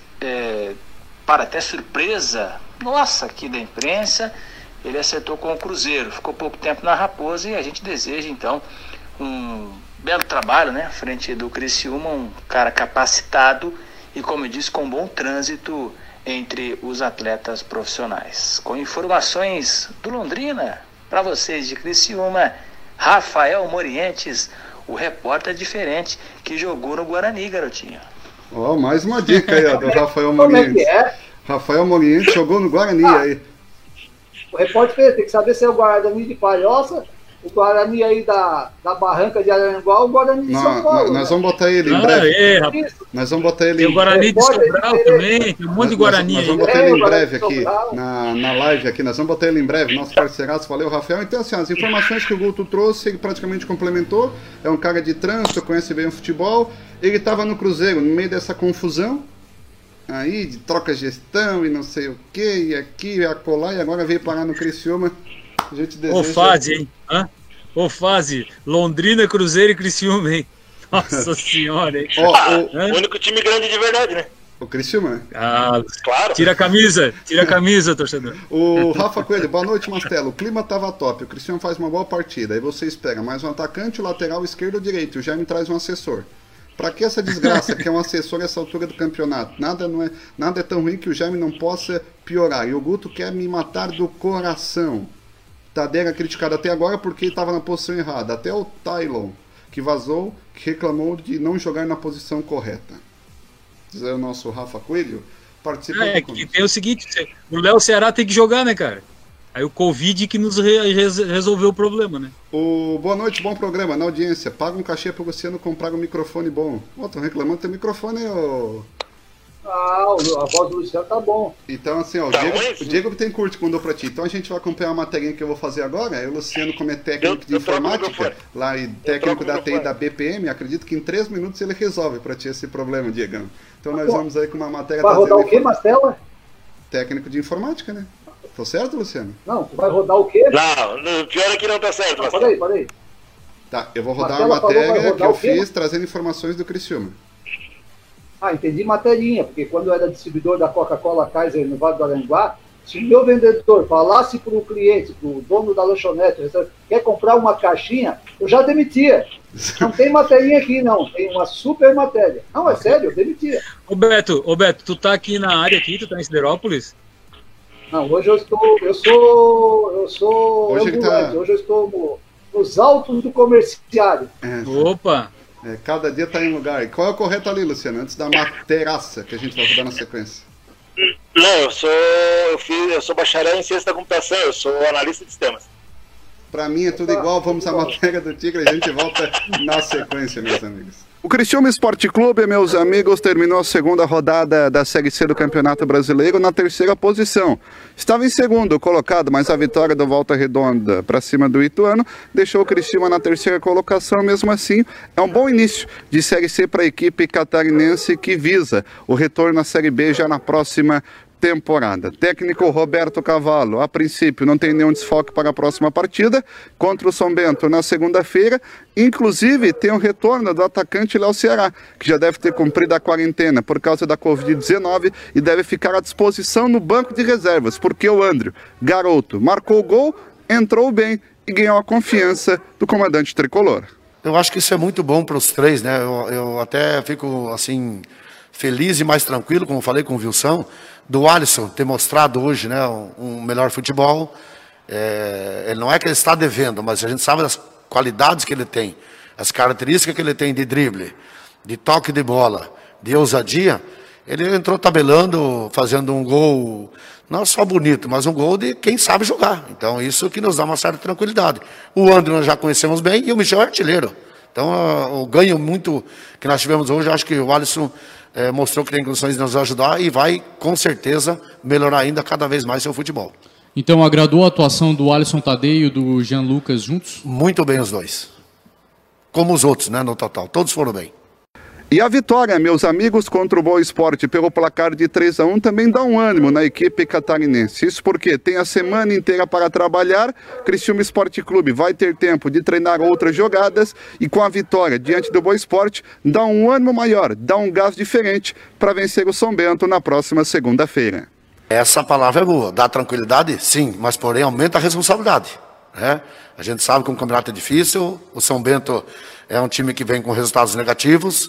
para até surpresa nossa aqui da imprensa, ele acertou com o Cruzeiro. Ficou pouco tempo na Raposa e a gente deseja, então, um belo trabalho, né, frente do Criciúma, um cara capacitado e, como eu disse, com bom trânsito entre os atletas profissionais. Com informações do Londrina, para vocês de Criciúma, Rafael Morientes, o repórter diferente que jogou no Guarani, garotinho. Mais uma dica aí, do Rafael Morientes. Como é que é? Rafael Morientes jogou no Guarani aí. O repórter tem que saber se é o Guarani de Palhoça, o Guarani aí da Barranca de Aranguá ou o Guarani de São Paulo. Nós vamos botar ele em breve. Nós vamos botar ele tem o Guarani de Sobral também, tem um monte de Guarani. Nós vamos botar ele em breve aqui, na live aqui, nós vamos botar ele em breve, nosso parceiraço, valeu, Rafael. Então, assim, as informações que o Guto trouxe, ele praticamente complementou, é um cara de trânsito, conhece bem o futebol, ele estava no Cruzeiro, no meio dessa confusão, aí de troca de gestão e não sei o que, e aqui, e acolá, e agora veio parar no Criciúma. A gente deseja... Ô fase, hein? Ô fase, Londrina, Cruzeiro e Criciúma, hein? Nossa senhora, hein? O único time grande de verdade, né? O Criciúma? Claro. Tira a camisa, torcedor. O Rafa Coelho, boa noite, Mastella. O clima tava top, o Criciúma faz uma boa partida, aí você espera mais um atacante, o lateral esquerdo ou direito, o Jaime traz um assessor. Pra que essa desgraça, que é um assessor nessa altura do campeonato? Nada é tão ruim que o Jaime não possa piorar. E o Guto quer me matar do coração. Tadeira criticado até agora porque ele estava na posição errada. Até o Tylon, que vazou, que reclamou de não jogar na posição correta. Diz aí o nosso Rafa Coelho. Participa que tem o seguinte, o Léo Ceará tem que jogar, né, cara? Aí o Covid que nos resolveu o problema, né? Boa noite, bom programa na audiência. Paga um cachê pro Luciano comprar um microfone bom. Tô reclamando do teu microfone, a voz do Luciano tá bom. Então, assim, o Diego Bittencourt mandou pra ti. Então a gente vai acompanhar a matéria que eu vou fazer agora. Aí o Luciano, como é técnico de informática, lá e técnico da TI da BPM, acredito que em 3 minutos ele resolve pra ti esse problema, Diegão. Então nós vamos aí com uma matéria... Vai rodar o quê, Mastella? Técnico de informática, né? Tô certo, Luciano? Não, tu vai rodar o quê? Não, pior é que não tá certo. Parei. Tá, eu vou rodar uma matéria que eu fiz trazendo informações do Criciúma. Entendi materinha, porque quando eu era distribuidor da Coca-Cola Kaiser no Vale do Aranguá, se o meu vendedor falasse para o cliente, para o dono da lanchonete, quer comprar uma caixinha, eu já demitia. Não tem materinha aqui, não. Tem uma super matéria. Não, é sério, eu demitia. Ô Beto, tu tá aqui na área aqui, tu tá em Siderópolis? Não, hoje eu sou hoje ambulante, hoje eu estou nos altos do comerciário. Opa! Cada dia tá em um lugar. Qual é o correto ali, Luciano? Antes da materaça que a gente vai rodar na sequência. Não, eu sou bacharel em ciência da computação, eu sou analista de sistemas. Para mim é tudo igual, vamos à matéria do Tigre, a gente volta na sequência, meus amigos. O Criciúma Esporte Clube, meus amigos, terminou a segunda rodada da Série C do Campeonato Brasileiro na terceira posição. Estava em segundo colocado, mas a vitória do Volta Redonda para cima do Ituano deixou o Criciúma na terceira colocação. Mesmo assim, é um bom início de Série C para a equipe catarinense que visa o retorno à Série B já na próxima temporada. Técnico Roberto Cavalo, a princípio não tem nenhum desfoque para a próxima partida contra o São Bento na segunda-feira. Inclusive tem o retorno do atacante Léo Ceará, que já deve ter cumprido a quarentena por causa da Covid-19 e deve ficar à disposição no banco de reservas, porque o André, garoto, marcou o gol, entrou bem e ganhou a confiança do comandante tricolor. Eu acho que isso é muito bom para os três, né? Eu até fico assim feliz e mais tranquilo, como falei com o Wilson, do Alisson ter mostrado hoje, né, um melhor futebol. Ele não é que ele está devendo, mas a gente sabe das qualidades que ele tem, as características que ele tem de drible, de toque de bola, de ousadia. Ele entrou tabelando, fazendo um gol, não só bonito, mas um gol de quem sabe jogar. Então isso que nos dá uma certa tranquilidade. O André nós já conhecemos bem e o Michel é artilheiro. Então o ganho muito que nós tivemos hoje, acho que o Alisson mostrou que tem condições de nos ajudar e vai, com certeza, melhorar ainda cada vez mais seu futebol. Então, agradou a atuação do Alisson Tadeu e do Jean Lucas juntos? Muito bem os dois. Como os outros, né, no total. Todos foram bem. E a vitória, meus amigos, contra o Boa Esporte pelo placar de 3-1 também dá um ânimo na equipe catarinense. Isso porque tem a semana inteira para trabalhar, Criciúma Esporte Clube vai ter tempo de treinar outras jogadas e com a vitória diante do Boa Esporte dá um ânimo maior, dá um gás diferente para vencer o São Bento na próxima segunda-feira. Essa palavra é boa. Dá tranquilidade? Sim, mas porém aumenta a responsabilidade, né? A gente sabe que um campeonato é difícil, o São Bento é um time que vem com resultados negativos.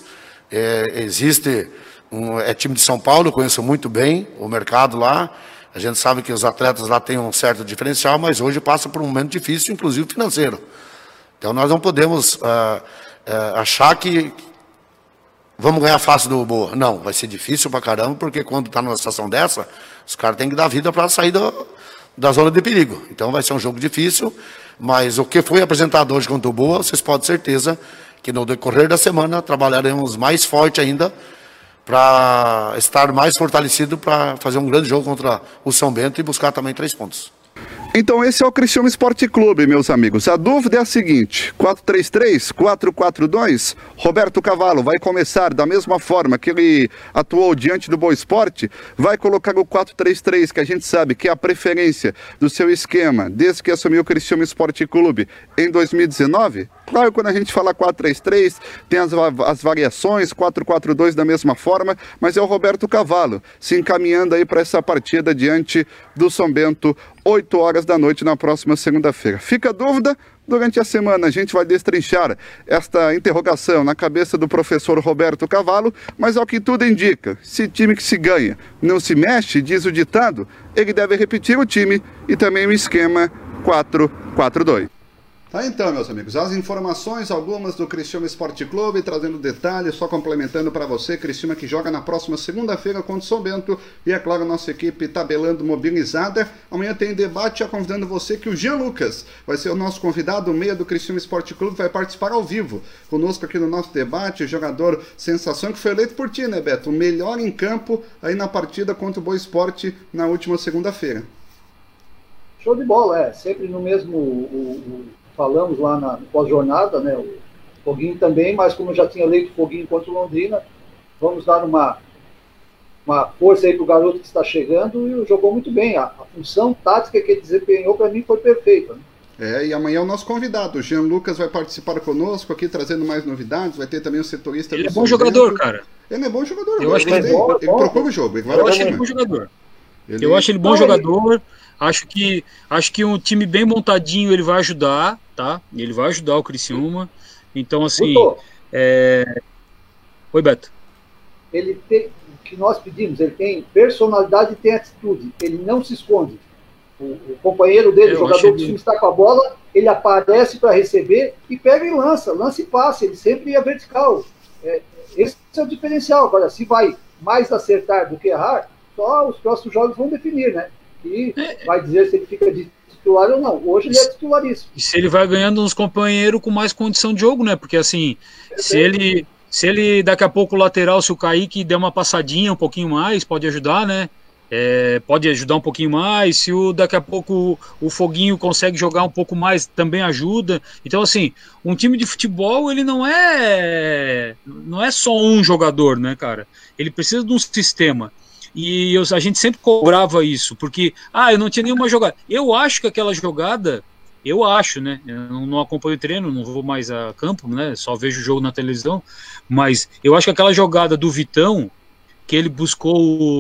É time de São Paulo, eu conheço muito bem o mercado lá. A gente sabe que os atletas lá têm um certo diferencial, mas hoje passa por um momento difícil, inclusive financeiro. Então nós não podemos achar que vamos ganhar fácil do Boa. Não, vai ser difícil pra caramba, porque quando tá numa situação dessa, os caras têm que dar vida para sair da zona de perigo. Então vai ser um jogo difícil, mas o que foi apresentado hoje contra o Boa, vocês podem ter certeza que no decorrer da semana trabalharemos mais forte ainda para estar mais fortalecido para fazer um grande jogo contra o São Bento e buscar também 3 pontos. Então esse é o Criciúma Esporte Clube, meus amigos. A dúvida é a seguinte: 4-3-3, 4-4-2, Roberto Cavalo vai começar da mesma forma que ele atuou diante do Boa Esporte, vai colocar o 4-3-3, que a gente sabe que é a preferência do seu esquema desde que assumiu o Criciúma Esporte Clube em 2019? Claro, quando a gente fala 4-3-3, tem as variações, 4-4-2 da mesma forma, mas é o Roberto Cavalo se encaminhando aí para essa partida diante do São Bento, 8 horas da noite na próxima segunda-feira. Fica a dúvida? Durante a semana a gente vai destrinchar esta interrogação na cabeça do professor Roberto Cavalo, mas ao que tudo indica, se time que se ganha não se mexe, diz o ditado, ele deve repetir o time e também o esquema 4-4-2. Tá, então, meus amigos, as informações, algumas do Criciúma Esporte Clube, trazendo detalhes, só complementando para você, Criciúma que joga na próxima segunda-feira contra o São Bento, e é claro, nossa equipe tabelando mobilizada. Amanhã tem debate, já convidando você que o Jean Lucas vai ser o nosso convidado, o meia do Criciúma Esporte Clube, vai participar ao vivo conosco aqui no nosso debate, o jogador sensação que foi eleito por ti, né, Beto? O melhor em campo aí na partida contra o Boa Esporte na última segunda-feira. Show de bola, sempre no mesmo... Falamos lá no pós-jornada, né? O Foguinho também, mas como eu já tinha eleito o Foguinho contra o Londrina, vamos dar uma força aí para o garoto que está chegando e jogou muito bem. A função tática que ele desempenhou para mim foi perfeita, né? E amanhã é o nosso convidado, o Jean Lucas vai participar conosco aqui, trazendo mais novidades, vai ter também o setorista... Ele é bom jogador, cara. Ele é bom jogador. Eu acho que ele procura o jogo. Eu acho ele bom jogador. Eu acho ele bom jogador. Acho que um time bem montadinho ele vai ajudar, tá? Ele vai ajudar o Criciúma. Então, assim... Oi, Beto. Ele tem, o que nós pedimos, ele tem personalidade e tem atitude. Ele não se esconde. O companheiro dele, o jogador do time está com a bola, ele aparece para receber e pega e lança e passa. Ele sempre ia vertical. Esse é o diferencial. Agora, se vai mais acertar do que errar, Só os próximos jogos vão definir, né? E vai dizer se ele fica de titular ou não. Hoje ele é titularíssimo. E se ele vai ganhando uns companheiros com mais condição de jogo, né? Porque assim, se ele daqui a pouco o lateral, se o Kaique der uma passadinha um pouquinho mais, pode ajudar, né? Pode ajudar um pouquinho mais. Se daqui a pouco o Foguinho consegue jogar um pouco mais, também ajuda. Então, assim, um time de futebol, ele não é só um jogador, né, cara? Ele precisa de um sistema. E a gente sempre cobrava isso, porque, eu não tinha nenhuma jogada. Eu acho que aquela jogada, né? Eu não acompanho o treino, não vou mais a campo, né? Só vejo o jogo na televisão. Mas eu acho que aquela jogada do Vitão, que ele buscou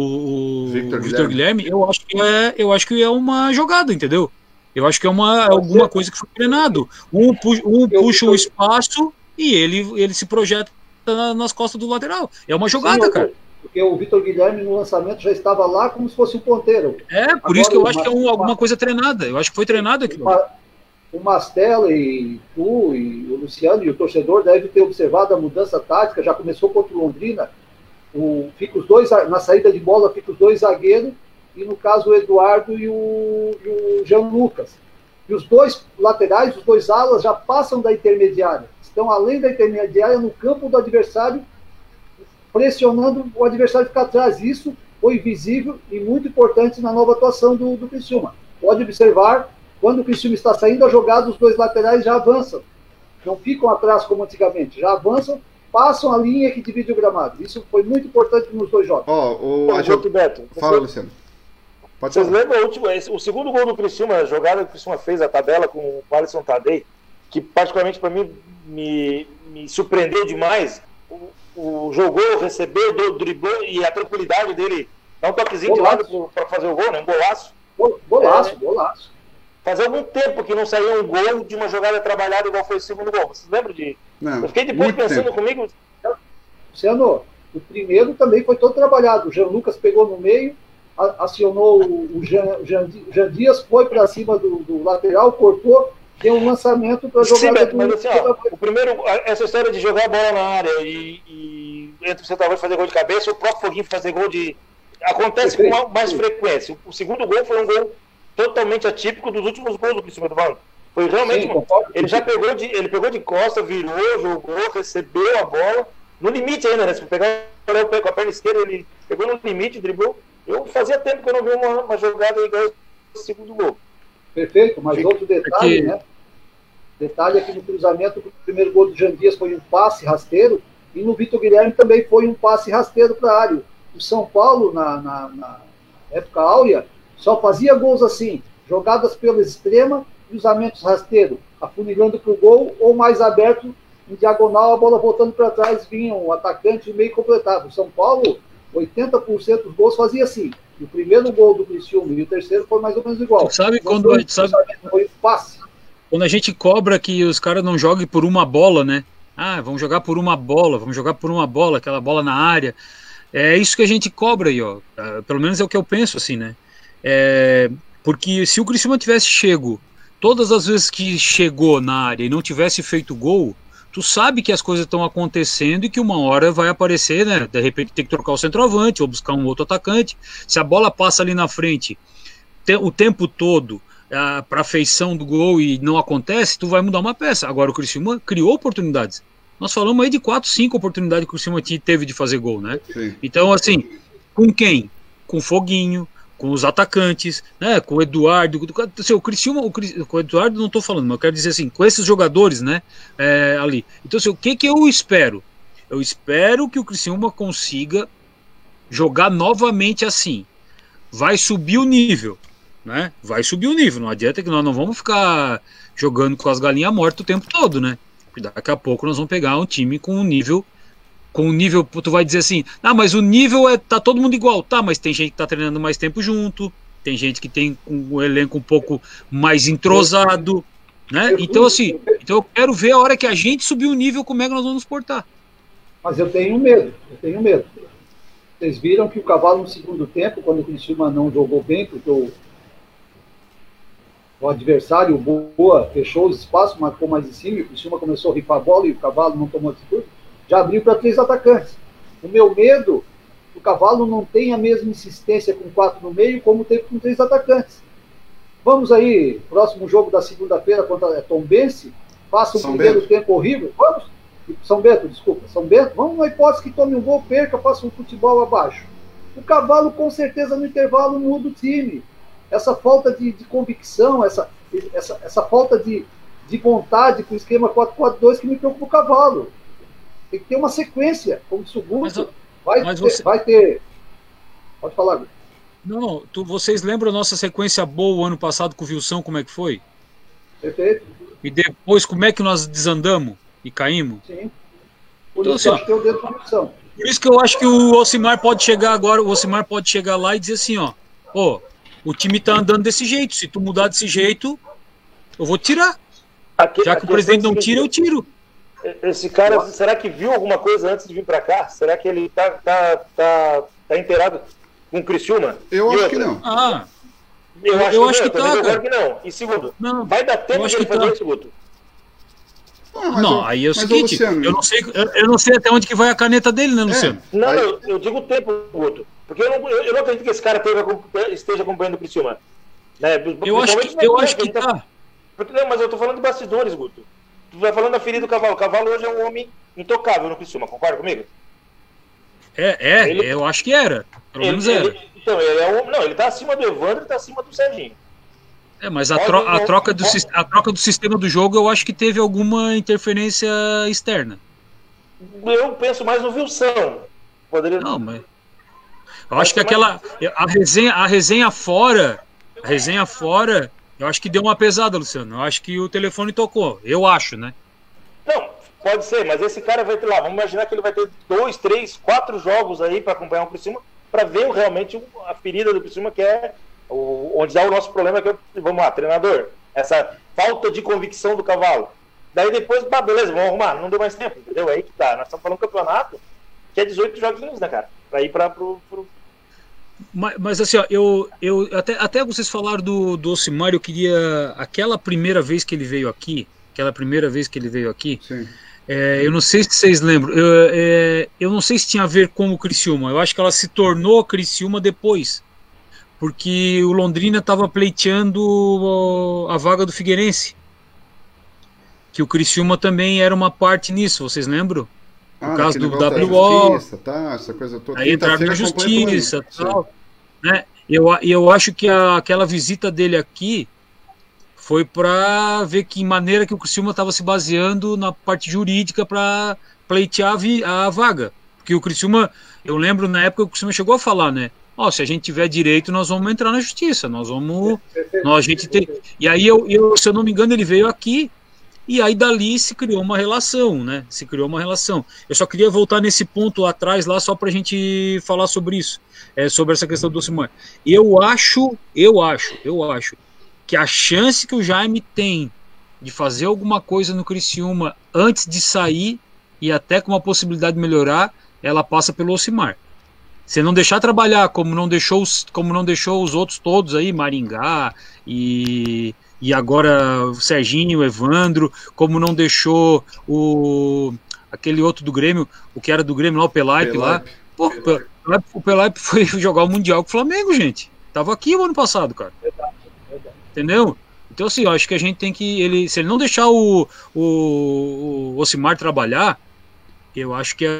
o Victor Guilherme, eu acho que é uma jogada, entendeu? Eu acho que é alguma coisa que foi treinado. Um puxa o espaço e ele se projeta nas costas do lateral. É uma jogada, cara. Porque o Victor Guilherme no lançamento já estava lá como se fosse um ponteiro. Por isso que eu acho que é alguma coisa treinada. Eu acho que foi treinado aqui. O Mastella e tu e o Luciano e o torcedor devem ter observado a mudança tática. Já começou contra o Londrina. Fica os dois, na saída de bola fica os dois zagueiros, e no caso o Eduardo e o Jean Lucas. E os dois laterais, os dois alas já passam da intermediária. Estão além da intermediária no campo do adversário, pressionando o adversário ficar atrás. Isso foi visível e muito importante na nova atuação do Criciúma. Pode observar, quando o Criciúma está saindo a jogada, os dois laterais já avançam. Não ficam atrás como antigamente, já avançam, passam a linha que divide o gramado. Isso foi muito importante nos dois jogos. Beto, fala, Luciano. Vocês lembram o segundo gol do Criciúma, a jogada que o Criciúma fez, a tabela com o Alisson Tadei, que particularmente para mim me surpreendeu demais. O jogou, recebeu, driblou, e a tranquilidade dele, dá um toquezinho de lado para fazer o gol, né? Um golaço. Golaço. Fazia algum tempo que não saía um gol de uma jogada trabalhada igual foi o segundo gol. Vocês lembram de... Não, eu fiquei depois pensando comigo... Luciano, o primeiro também foi todo trabalhado. O Jean Lucas pegou no meio, acionou o Jean Dias, foi para cima do lateral, cortou, deu um lançamento para jogar. Sim, Beto, mas assim, o primeiro, essa história de jogar a bola na área e entre o centroavante fazer gol de cabeça, o próprio Foguinho fazer gol de... Acontece com mais frequência. O segundo gol foi um gol totalmente atípico dos últimos gols do Criciúma do Banco. Foi realmente... ele já pegou de costa, virou, jogou, recebeu a bola, no limite ainda, né? Se pegar com a perna esquerda, ele pegou no limite, driblou. Eu fazia tempo que eu não vi uma jogada igual ao segundo gol. Perfeito, mas outro detalhe, né? Detalhe é que no cruzamento, o primeiro gol do Jean Dias foi um passe rasteiro, e no Victor Guilherme também foi um passe rasteiro para a área. O São Paulo, na época áurea, só fazia gols assim, jogadas pela extrema, cruzamentos rasteiros, afunilando para o gol, ou mais aberto, em diagonal, a bola voltando para trás, vinha um atacante e meio completado. O São Paulo, 80% dos gols fazia assim. E o primeiro gol do Criciúma e o terceiro foi mais ou menos igual. Foi passe. Quando a gente cobra que os caras não joguem por uma bola, né? Vamos jogar por uma bola, aquela bola na área. É isso que a gente cobra aí, ó. Pelo menos é o que eu penso, assim, né? Porque se o Criciúma tivesse chego todas as vezes que chegou na área e não tivesse feito gol, tu sabe que as coisas estão acontecendo e que uma hora vai aparecer, né? De repente tem que trocar o centroavante ou buscar um outro atacante. Se a bola passa ali na frente o tempo todo para a feição do gol e não acontece, tu vai mudar uma peça. Agora o Criciúma criou oportunidades. Nós falamos aí de 4, 5 oportunidades que o Criciúma teve de fazer gol, né? Sim. Então, assim, com quem? Com o Foguinho, com os atacantes, né? Com o Eduardo. Assim, o Criciúma, com o Eduardo não estou falando, mas eu quero dizer assim, com esses jogadores, né? Ali. Então, assim, o que eu espero? Eu espero que o Criciúma consiga jogar novamente assim. Vai subir o nível, né? Vai subir o nível. Não adianta que nós não vamos ficar jogando com as galinhas mortas o tempo todo, né? Daqui a pouco nós vamos pegar um time com um nível, tu vai dizer assim, mas o nível tá todo mundo igual, tá, mas tem gente que tá treinando mais tempo junto, tem gente que tem um elenco um pouco mais entrosado, né? Então assim, eu quero ver a hora que a gente subir o nível, como é que nós vamos nos portar. Mas eu tenho medo. Vocês viram que o Cavalo no segundo tempo, quando o Criciúma não jogou bem, porque o adversário, o Boa, fechou os espaços, marcou mais em cima, e o Criciúma começou a rifar a bola e o Cavalo não tomou atitude, já abriu para 3 atacantes. O meu medo, o Cavalo não tem a mesma insistência com 4 no meio como teve com 3 atacantes. Vamos aí, próximo jogo da segunda-feira contra Tombense, faça um primeiro tempo horrível. Vamos? São Bento, desculpa. São Bento, vamos na hipótese que tome um gol, perca, faça um futebol abaixo. O Cavalo, com certeza, no intervalo muda o time. Essa falta de convicção, essa falta de vontade com o esquema 4-4-2 que me preocupa o Cavalo. Tem que ter uma sequência, como disse o Guto. Vai ter. Pode falar, Guto. Não, vocês lembram a nossa sequência boa o ano passado com o Wilson, como é que foi? Perfeito. E depois, como é que nós desandamos e caímos? Sim. Por isso eu acho que eu devo condição. Por isso que eu acho que o Ocimar pode chegar agora, o Ocimar pode chegar lá e dizer assim, ó, o time tá andando desse jeito, se tu mudar desse jeito, eu vou tirar. Já que o presidente não tira, eu tiro. Esse cara, será que viu alguma coisa antes de vir pra cá? Será que ele tá inteirado com o Criciúma? Eu acho que não. Eu acho que tá, cara. Que não. E segundo, vai dar tempo de ele fazer isso, Guto? Aí é o seguinte, eu não sei até onde que vai a caneta dele, né, Luciano? Não, eu digo o tempo, Guto. Porque eu não acredito que esse cara esteja acompanhando o Criciúma. Né? Eu acho que tá. Não, mas eu tô falando de bastidores, Guto. Tu vai falando da ferida do Cavalo. O Cavalo hoje é um homem intocável no Criciúma, concorda comigo? Eu acho que era. Pelo menos era. Então, ele tá acima do Evandro e tá acima do Serginho. Mas a troca do sistema do jogo, eu acho que teve alguma interferência externa. Eu penso mais no Wilson. Poderia... Não, mas... Eu acho que a resenha fora, eu acho que deu uma pesada, Luciano. Eu acho que o telefone tocou. Eu acho, né? Não, pode ser, mas esse cara vai ter lá. Vamos imaginar que ele vai ter 2, 3, 4 jogos aí para acompanhar o Criciúma, para ver realmente a ferida do Criciúma, que é onde dá o nosso problema, que vamos lá, treinador, essa falta de convicção do Cavalo. Daí depois, beleza, vamos arrumar. Não deu mais tempo, entendeu? Aí que tá. Nós estamos falando de um campeonato que é 18 joguinhos, né, cara? Para ir pro... Mas assim, ó, eu até vocês falaram do Ocimar, eu queria, aquela primeira vez que ele veio aqui, eu não sei se vocês lembram, eu não sei se tinha a ver com o Criciúma, eu acho que ela se tornou Criciúma depois, porque o Londrina estava pleiteando a vaga do Figueirense, que o Criciúma também era uma parte nisso, vocês lembram? No caso do WO, essa coisa toda. Aí entraram na justiça, tal, né? Eu acho que aquela visita dele aqui foi para ver que maneira que o Criciúma estava se baseando na parte jurídica para pleitear a vaga. Porque o Criciúma, eu lembro na época que o Criciúma chegou a falar, né? Se a gente tiver direito, nós vamos entrar na justiça, E aí, se eu não me engano, ele veio aqui. E aí dali se criou uma relação, né? Eu só queria voltar nesse ponto lá atrás, lá só pra gente falar sobre isso, sobre essa questão do Ocimar. Eu acho que a chance que o Jaime tem de fazer alguma coisa no Criciúma antes de sair e até com uma possibilidade de melhorar, ela passa pelo Ocimar. Se não deixar trabalhar como não deixou os outros todos aí, Maringá e agora o Serginho, o Evandro, como não deixou aquele outro do Grêmio, o que era do Grêmio lá, o Pelaipe lá. Pô, o Pelaipe foi jogar o Mundial com o Flamengo, gente. Tava aqui o ano passado, cara. Verdade. Entendeu? Então, assim, eu acho que a gente tem que... se ele não deixar o Ocimar trabalhar, eu acho que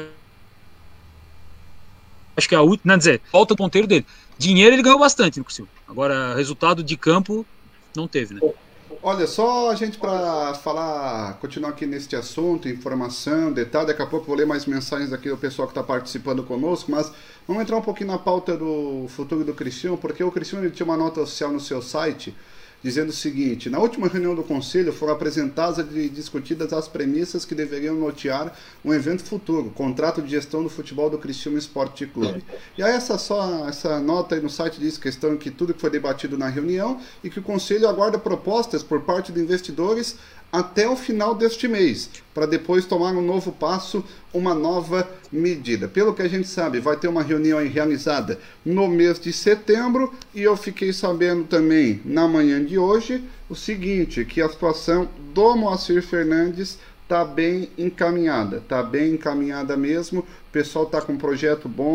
a última... Não, dizer, falta o ponteiro dele. Dinheiro ele ganhou bastante no Criciúma. Agora, resultado de campo... não teve, né? Olha, só a gente para continuar aqui neste assunto, informação, detalhe, daqui a pouco vou ler mais mensagens aqui do pessoal que está participando conosco, mas vamos entrar um pouquinho na pauta do futuro do Criciúma, porque o Criciúma tinha uma nota oficial no seu site dizendo o seguinte: na última reunião do Conselho foram apresentadas e discutidas as premissas que deveriam nortear um evento futuro, contrato de gestão do futebol do Criciúma Esporte Clube. E aí essa nota aí no site diz questão que tudo que foi debatido na reunião e que o Conselho aguarda propostas por parte de investidores até o final deste mês, para depois tomar um novo passo, uma nova medida. Pelo que a gente sabe, vai ter uma reunião realizada no mês de setembro, e eu fiquei sabendo também, na manhã de hoje, o seguinte, que a situação do Moacir Fernandes está bem encaminhada mesmo, o pessoal está com um projeto bom,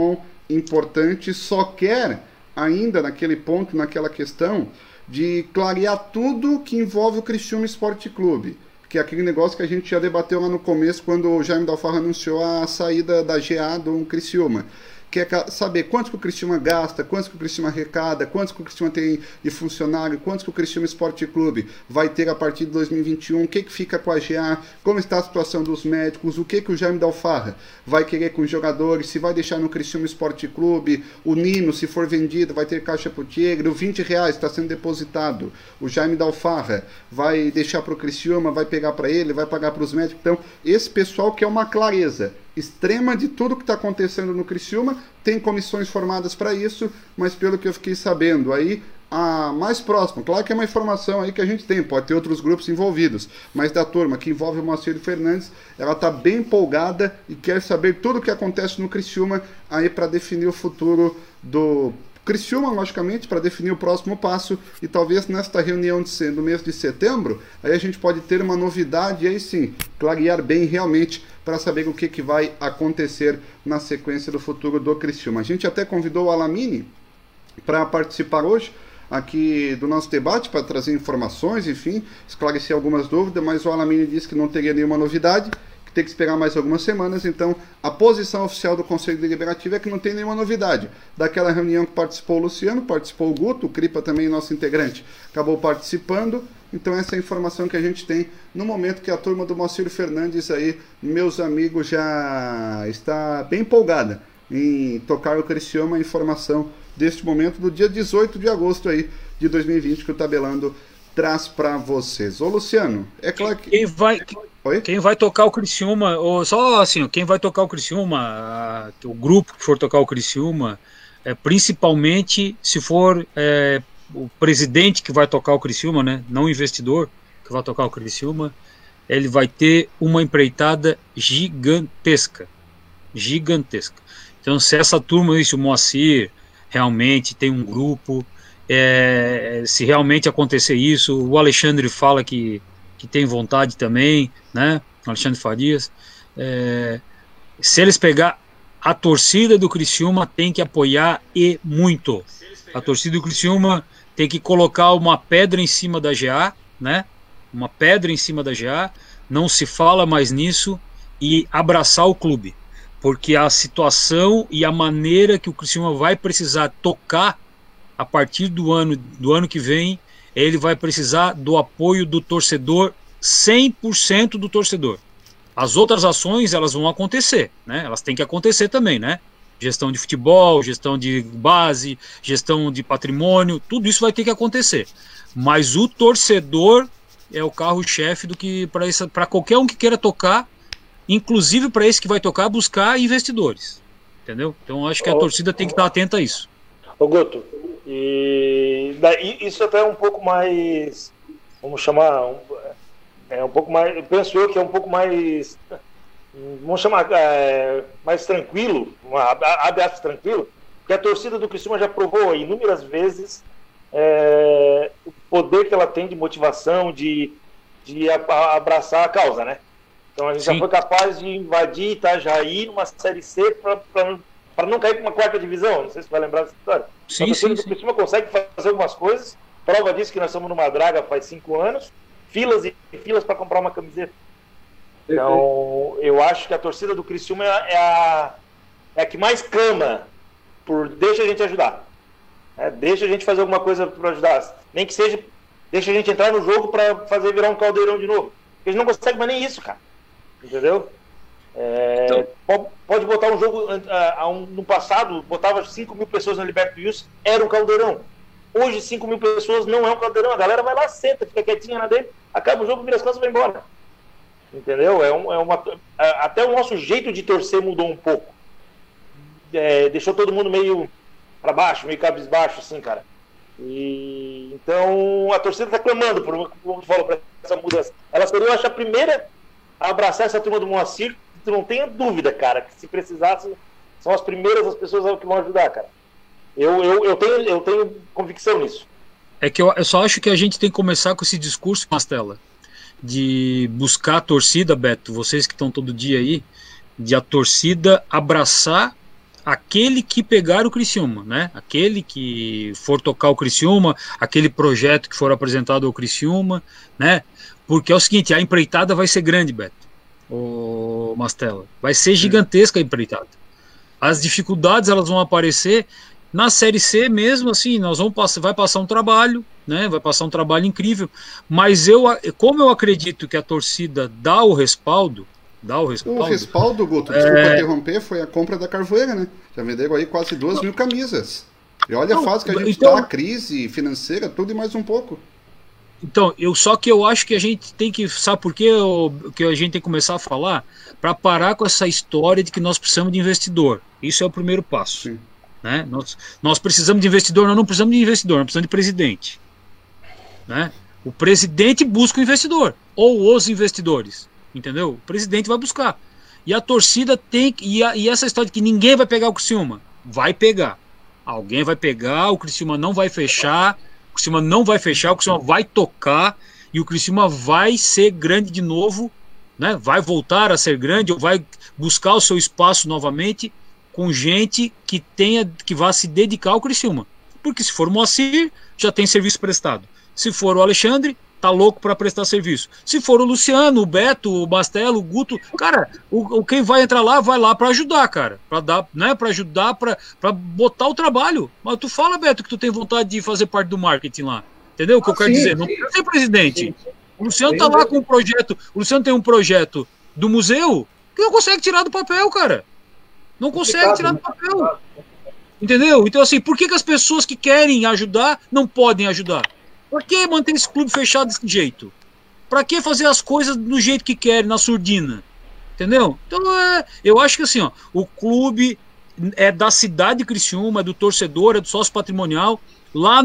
importante, só quer ainda naquele ponto, naquela questão de clarear tudo que envolve o Criciúma Esporte Clube, que é aquele negócio que a gente já debateu lá no começo, quando o Jaime Dalfarra anunciou a saída da GA do Criciúma. Quer saber quanto que o Criciúma gasta, quanto que o Criciúma arrecada, quanto que o Criciúma tem de funcionário, quanto que o Criciúma Esporte Clube vai ter a partir de 2021, o que fica com a GA, como está a situação dos médicos, o que o Jaime Dalfarra vai querer com os jogadores, se vai deixar no Criciúma Esporte Clube, o Nino, se for vendido, vai ter caixa pro Tigre, o R$20 está sendo depositado, o Jaime Dalfarra vai deixar pro Criciúma, vai pegar para ele, vai pagar para os médicos. Então, esse pessoal quer uma clareza extrema de tudo que está acontecendo no Criciúma, tem comissões formadas para isso, mas pelo que eu fiquei sabendo aí, a mais próxima, claro que é uma informação aí que a gente tem, pode ter outros grupos envolvidos, mas da turma que envolve o Moacir Fernandes, ela está bem empolgada e quer saber tudo o que acontece no Criciúma aí para definir o futuro do Criciúma, logicamente, para definir o próximo passo, e talvez nesta reunião do mês de setembro, aí a gente pode ter uma novidade e aí sim, clarear bem realmente para saber o que vai acontecer na sequência do futuro do Criciúma. A gente até convidou o Alamini para participar hoje aqui do nosso debate, para trazer informações, enfim, esclarecer algumas dúvidas, mas o Alamini disse que não teria nenhuma novidade, que tem que esperar mais algumas semanas. Então a posição oficial do Conselho Deliberativo é que não tem nenhuma novidade. Daquela reunião que participou o Luciano, participou o Guto, o Cripa também, nosso integrante, acabou participando. Então essa é a informação que a gente tem no momento que a turma do Moacir Fernandes aí, meus amigos, já está bem empolgada em tocar o Criciúma. A informação deste momento do dia 18 de agosto aí de 2020 que o Tabelando traz para vocês. Ô Luciano, é claro que... Quem vai tocar o Criciúma, ou só assim, quem vai tocar o Criciúma, o grupo que for tocar o Criciúma, principalmente se for o presidente que vai tocar o Criciúma, né, não o investidor que vai tocar o Criciúma, ele vai ter uma empreitada gigantesca. Então, se essa turma, se o Moacir realmente tem um grupo, se realmente acontecer isso, o Alexandre fala que tem vontade também, né, Alexandre Farias, se eles pegar a torcida do Criciúma tem que apoiar e muito. A torcida do Criciúma tem que colocar uma pedra em cima da GA, né? Uma pedra em cima da GA, não se fala mais nisso, e abraçar o clube, porque a situação e a maneira que o Criciúma vai precisar tocar a partir do ano que vem, ele vai precisar do apoio do torcedor, 100% do torcedor. As outras ações, elas vão acontecer, né? Elas têm que acontecer também, né? Gestão de futebol, gestão de base, gestão de patrimônio, tudo isso vai ter que acontecer. Mas o torcedor é o carro-chefe do que para qualquer um que queira tocar, inclusive para esse que vai tocar, buscar investidores. Entendeu? Então acho que a torcida tem que estar atenta a isso. Ô Guto, e daí isso até é um pouco mais, vamos chamar, um pouco mais, penso eu que é um pouco mais, vamos chamar, mais tranquilo, abre aspas tranquilo, porque a torcida do Criciúma já provou inúmeras vezes o poder que ela tem de motivação, de abraçar a causa, né? Então a gente já foi capaz de invadir Itajaí numa Série C para não cair para uma quarta divisão. Não sei se você vai lembrar dessa história. Sim, a torcida do Criciúma consegue fazer algumas coisas. Prova disso que nós estamos numa draga faz 5 anos, filas e filas para comprar uma camiseta. Então eu acho que a torcida do Criciúma é a que mais clama por deixa a gente ajudar. Deixa a gente fazer alguma coisa para ajudar. Nem que seja, deixa a gente entrar no jogo para fazer virar um caldeirão de novo. Eles não conseguem mais nem isso, cara. Entendeu? Então, pode botar um jogo no passado, botava 5 mil pessoas na Libertadores, era um caldeirão. Hoje 5 mil pessoas não é um caldeirão. A galera vai lá, senta, fica quietinha na dele, acaba o jogo, vira as costas e vai embora. Entendeu? Até o nosso jeito de torcer mudou um pouco. Deixou todo mundo meio para baixo, meio cabisbaixo, assim, cara. E então a torcida tá clamando por essa mudança. Ela seria, eu acho, a primeira a abraçar essa turma do Moacir. Tu não tenha dúvida, cara, que se precisasse, são as primeiras as pessoas que vão ajudar, cara. Eu tenho convicção nisso. É que eu só acho que a gente tem que começar com esse discurso, Mastella, de buscar a torcida, Beto, vocês que estão todo dia aí, de a torcida abraçar aquele que pegar o Criciúma, né? Aquele que for tocar o Criciúma, aquele projeto que for apresentado ao Criciúma, né? Porque é o seguinte, a empreitada vai ser grande, Beto, o Mastella. Vai ser gigantesca a empreitada. As dificuldades, elas vão aparecer na Série C mesmo, assim, vai passar um trabalho, né? Vai passar um trabalho incrível, mas como eu acredito que a torcida dá o respaldo. O respaldo, Guto, desculpa interromper, foi a compra da Carvoeira, né? Já venderam aí quase 2.000 camisas. E olha a fase que a gente está, a crise financeira, tudo e mais um pouco. Então, só que eu acho que a gente tem que, sabe por quê? Que a gente tem que começar a falar? Para parar com essa história de que nós precisamos de investidor. Isso é o primeiro passo. Sim. Né? Nós precisamos de investidor, nós não precisamos de investidor, nós precisamos de presidente. Né? O presidente busca o investidor, ou os investidores. Entendeu? O presidente vai buscar. E a torcida tem que. E essa história de que ninguém vai pegar o Criciúma, vai pegar. Alguém vai pegar, o Criciúma não vai fechar. O Criciúma não vai fechar, o Criciúma vai tocar e o Criciúma vai ser grande de novo, né? Vai voltar a ser grande ou vai buscar o seu espaço novamente com gente que vá se dedicar ao Criciúma. Porque se for o Moacir, já tem serviço prestado. Se for o Alexandre, tá louco para prestar serviço. Se for o Luciano, o Beto, o Mastella, o Guto, cara, quem vai entrar lá, vai lá para ajudar, cara, para dar, né, para ajudar, para botar o trabalho. Mas tu fala, Beto, que tu tem vontade de fazer parte do marketing lá. Entendeu o que eu quero dizer? Não precisa ser presidente. O Luciano tá lá com um projeto, o Luciano tem um projeto do museu que não consegue tirar do papel, cara. Não consegue tirar do papel. Entendeu? Então assim, por que as pessoas que querem ajudar não podem ajudar? Por que manter esse clube fechado desse jeito? Pra que fazer as coisas do jeito que querem, na surdina? Entendeu? Então, eu acho que assim, ó, o clube é da cidade de Criciúma, é do torcedor, é do sócio patrimonial. Lá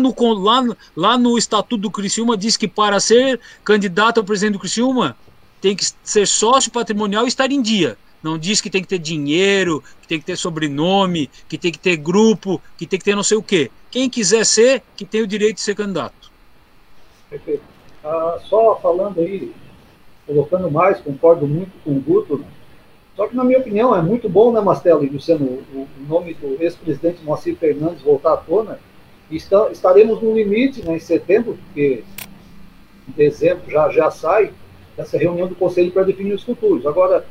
no Estatuto do Criciúma diz que para ser candidato ao presidente do Criciúma tem que ser sócio patrimonial e estar em dia. Não diz que tem que ter dinheiro, que tem que ter sobrenome, que tem que ter grupo, que tem que ter não sei o quê. Quem quiser ser, que tem o direito de ser candidato. Perfeito. Só falando aí, colocando mais, concordo muito com o Guto, né? Só que, na minha opinião, é muito bom, né, Mastella e Luciano, o nome do ex-presidente Moacir Fernandes voltar à tona. Estaremos no limite, né, em setembro, porque em dezembro já sai essa reunião do Conselho para definir os futuros. Agora,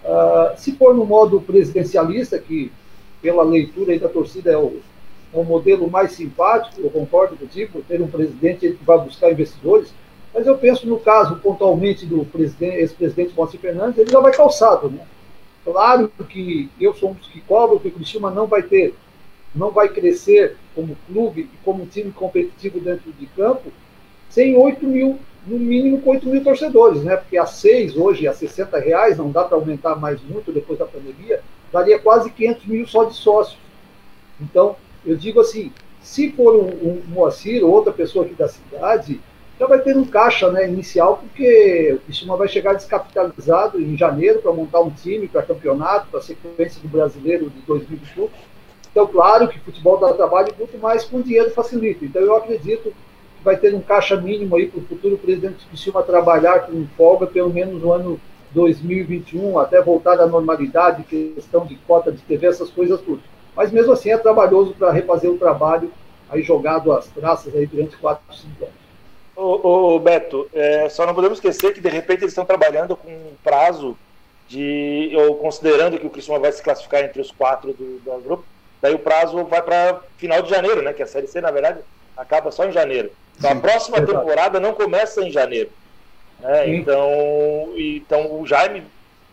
se for no modo presidencialista, que pela leitura aí da torcida é o modelo mais simpático, eu concordo contigo, ter um presidente que vai buscar investidores, mas eu penso no caso, pontualmente, do ex-presidente Moacir Fernandes, ele já vai calçado, né? Claro que eu sou um dos que cobro que o Criciúma não vai crescer como clube e como time competitivo dentro de campo sem 8 mil, no mínimo com 8 mil torcedores, né? Porque a 6 hoje, a R$60, não dá para aumentar mais muito depois da pandemia, daria quase 500 mil só de sócios. Então, eu digo assim, se for um Moacir ou outra pessoa aqui da cidade, já vai ter um caixa, né, inicial, porque o Criciúma vai chegar descapitalizado em janeiro para montar um time para campeonato, para a sequência do Brasileiro de 2021. Então, claro que futebol dá trabalho muito mais com dinheiro facilita. Então, eu acredito que vai ter um caixa mínimo aí para o futuro presidente do Criciúma trabalhar com folga pelo menos no ano 2021, até voltar à normalidade, questão de cota de TV, essas coisas tudo. Mas mesmo assim é trabalhoso para refazer o trabalho aí jogado às traças aí durante 4, 5 anos. Ô Beto, só não podemos esquecer que de repente eles estão trabalhando com um prazo ou considerando que o Criciúma vai se classificar entre os 4 do grupo, daí o prazo vai para final de janeiro, né? Que a Série C, na verdade, acaba só em janeiro. Então, a próxima temporada não começa em janeiro. Né? Então o Jaime,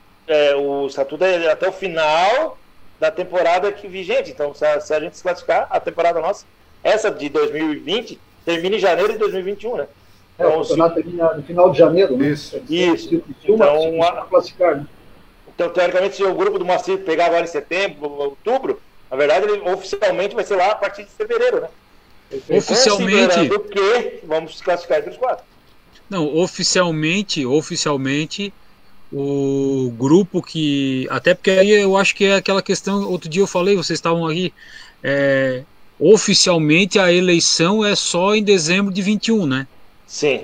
o estatuto é até o final da temporada que vigente. Então, se a gente se classificar, a temporada nossa, essa de 2020, termina em janeiro de 2021, né? Então, o campeonato termina no final de janeiro, né? Isso. Classificar, né? Então, teoricamente, se o grupo do Moacir pegar agora em setembro, outubro, na verdade, ele oficialmente vai ser lá a partir de fevereiro, né? Oficialmente. Do que vamos se classificar entre os 4. Não, oficialmente, o grupo que... Até porque aí eu acho que é aquela questão... Outro dia eu falei, vocês estavam aqui... oficialmente a eleição é só em dezembro de 21, né? Sim.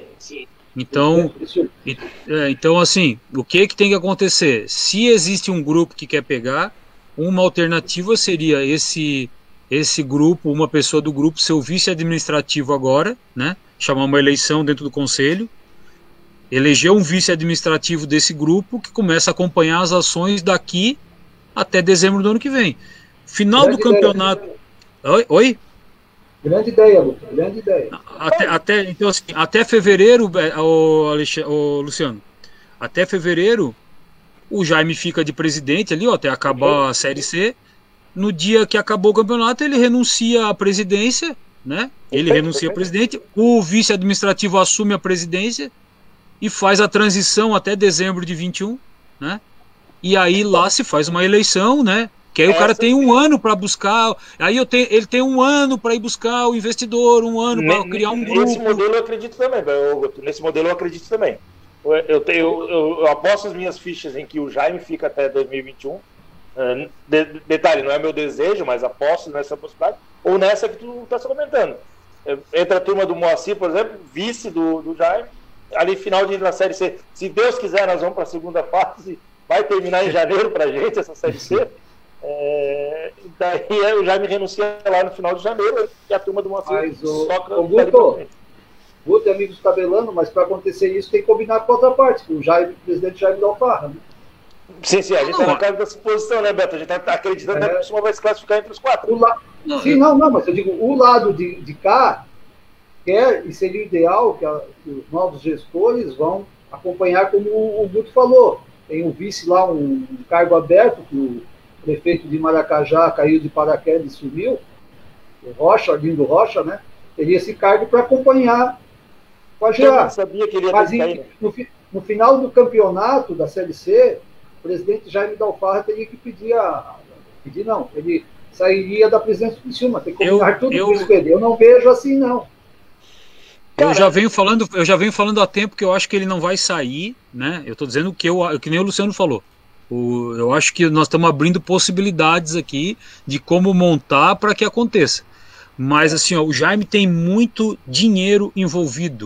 Então assim, o que tem que acontecer? Se existe um grupo que quer pegar, uma alternativa seria esse grupo, uma pessoa do grupo ser o vice-administrativo agora, né? Chamar uma eleição dentro do conselho, eleger um vice-administrativo desse grupo que começa a acompanhar as ações daqui até dezembro do ano que vem. Final do campeonato. Oi? Grande ideia, Lucas. Grande ideia. Então, assim, até fevereiro, Luciano, até fevereiro, o Jaime fica de presidente ali, ó, até acabar a Série C. No dia que acabou o campeonato, ele renuncia à presidência, né? Ele renuncia à presidente, o vice-administrativo assume a presidência e faz a transição até dezembro de 21, né? E aí lá se faz uma eleição, né? Que aí o cara tem um ano para buscar, aí ele tem um ano para ir buscar o investidor, um ano para criar um grupo. Nesse modelo eu acredito também, nesse modelo eu acredito também. Eu aposto as minhas fichas em que o Jaime fica até 2021. Detalhe, não é meu desejo, mas aposto nessa possibilidade. Ou nessa que tu está comentando. Entra a turma do Moacir, por exemplo, vice do Jaime, ali final da Série C. Se Deus quiser, nós vamos para a segunda fase. Vai terminar em janeiro para a gente essa Série C. Daí o Jaime renuncia lá no final de janeiro e a turma do Moacir toca o Guto é amigo do Tabelando, mas para acontecer isso tem que combinar com a outra parte, com o presidente Jaime da Alfarra, né? Sim, a gente está na casa da suposição, né, Beto? A gente está acreditando que a pessoa vai se classificar entre os 4. Mas eu digo, o lado de cá quer, e seria ideal que os novos gestores vão acompanhar, como o Guto falou. Tem um vice lá, um cargo aberto, que o prefeito de Maracajá caiu de paraquedas e sumiu, o Rocha, Arlindo Rocha, né? Teria esse cargo para acompanhar com a GA. Eu não sabia que ele ia cair. No final do campeonato da Série C, o presidente Jaime da Alfarra teria que ele sairia da presidência do Criciúma, tem que combinar tudo com isso. Eu não vejo assim, não. Eu já venho falando há tempo que eu acho que ele não vai sair, né? Eu estou dizendo que nem o Luciano falou. Eu acho que nós estamos abrindo possibilidades aqui de como montar para que aconteça. Mas assim, ó, o Jaime tem muito dinheiro envolvido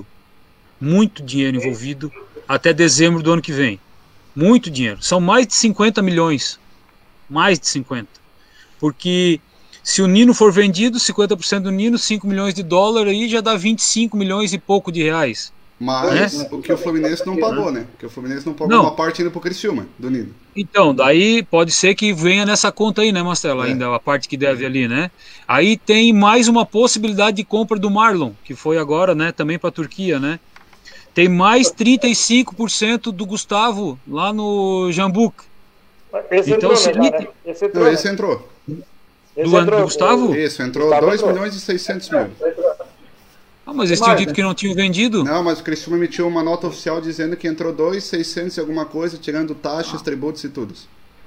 até dezembro do ano que vem. Muito dinheiro. São mais de 50 milhões. Mais de 50. Porque se o Nino for vendido, 50% do Nino, 5 milhões de dólares, aí já dá 25 milhões e pouco de reais. Mas o que o Fluminense não pagou, né? Porque o Fluminense não pagou uma parte ainda pro Criciúma, do Nino. Então, daí pode ser que venha nessa conta aí, né, Marcelo? Ainda a parte que deve ali, né? Aí tem mais uma possibilidade de compra do Marlon, que foi agora, né, também para a Turquia, né? Tem mais 35% do Gustavo lá no Jambuca. Esse então, entrou, esse entrou. Do Gustavo? Isso, entrou 2 milhões e 600 mil. Mas eles tinham dito que não tinham vendido? Não, mas o Criciúma emitiu uma nota oficial dizendo que entrou 2.600 e alguma coisa, tirando taxas, tributos e tudo.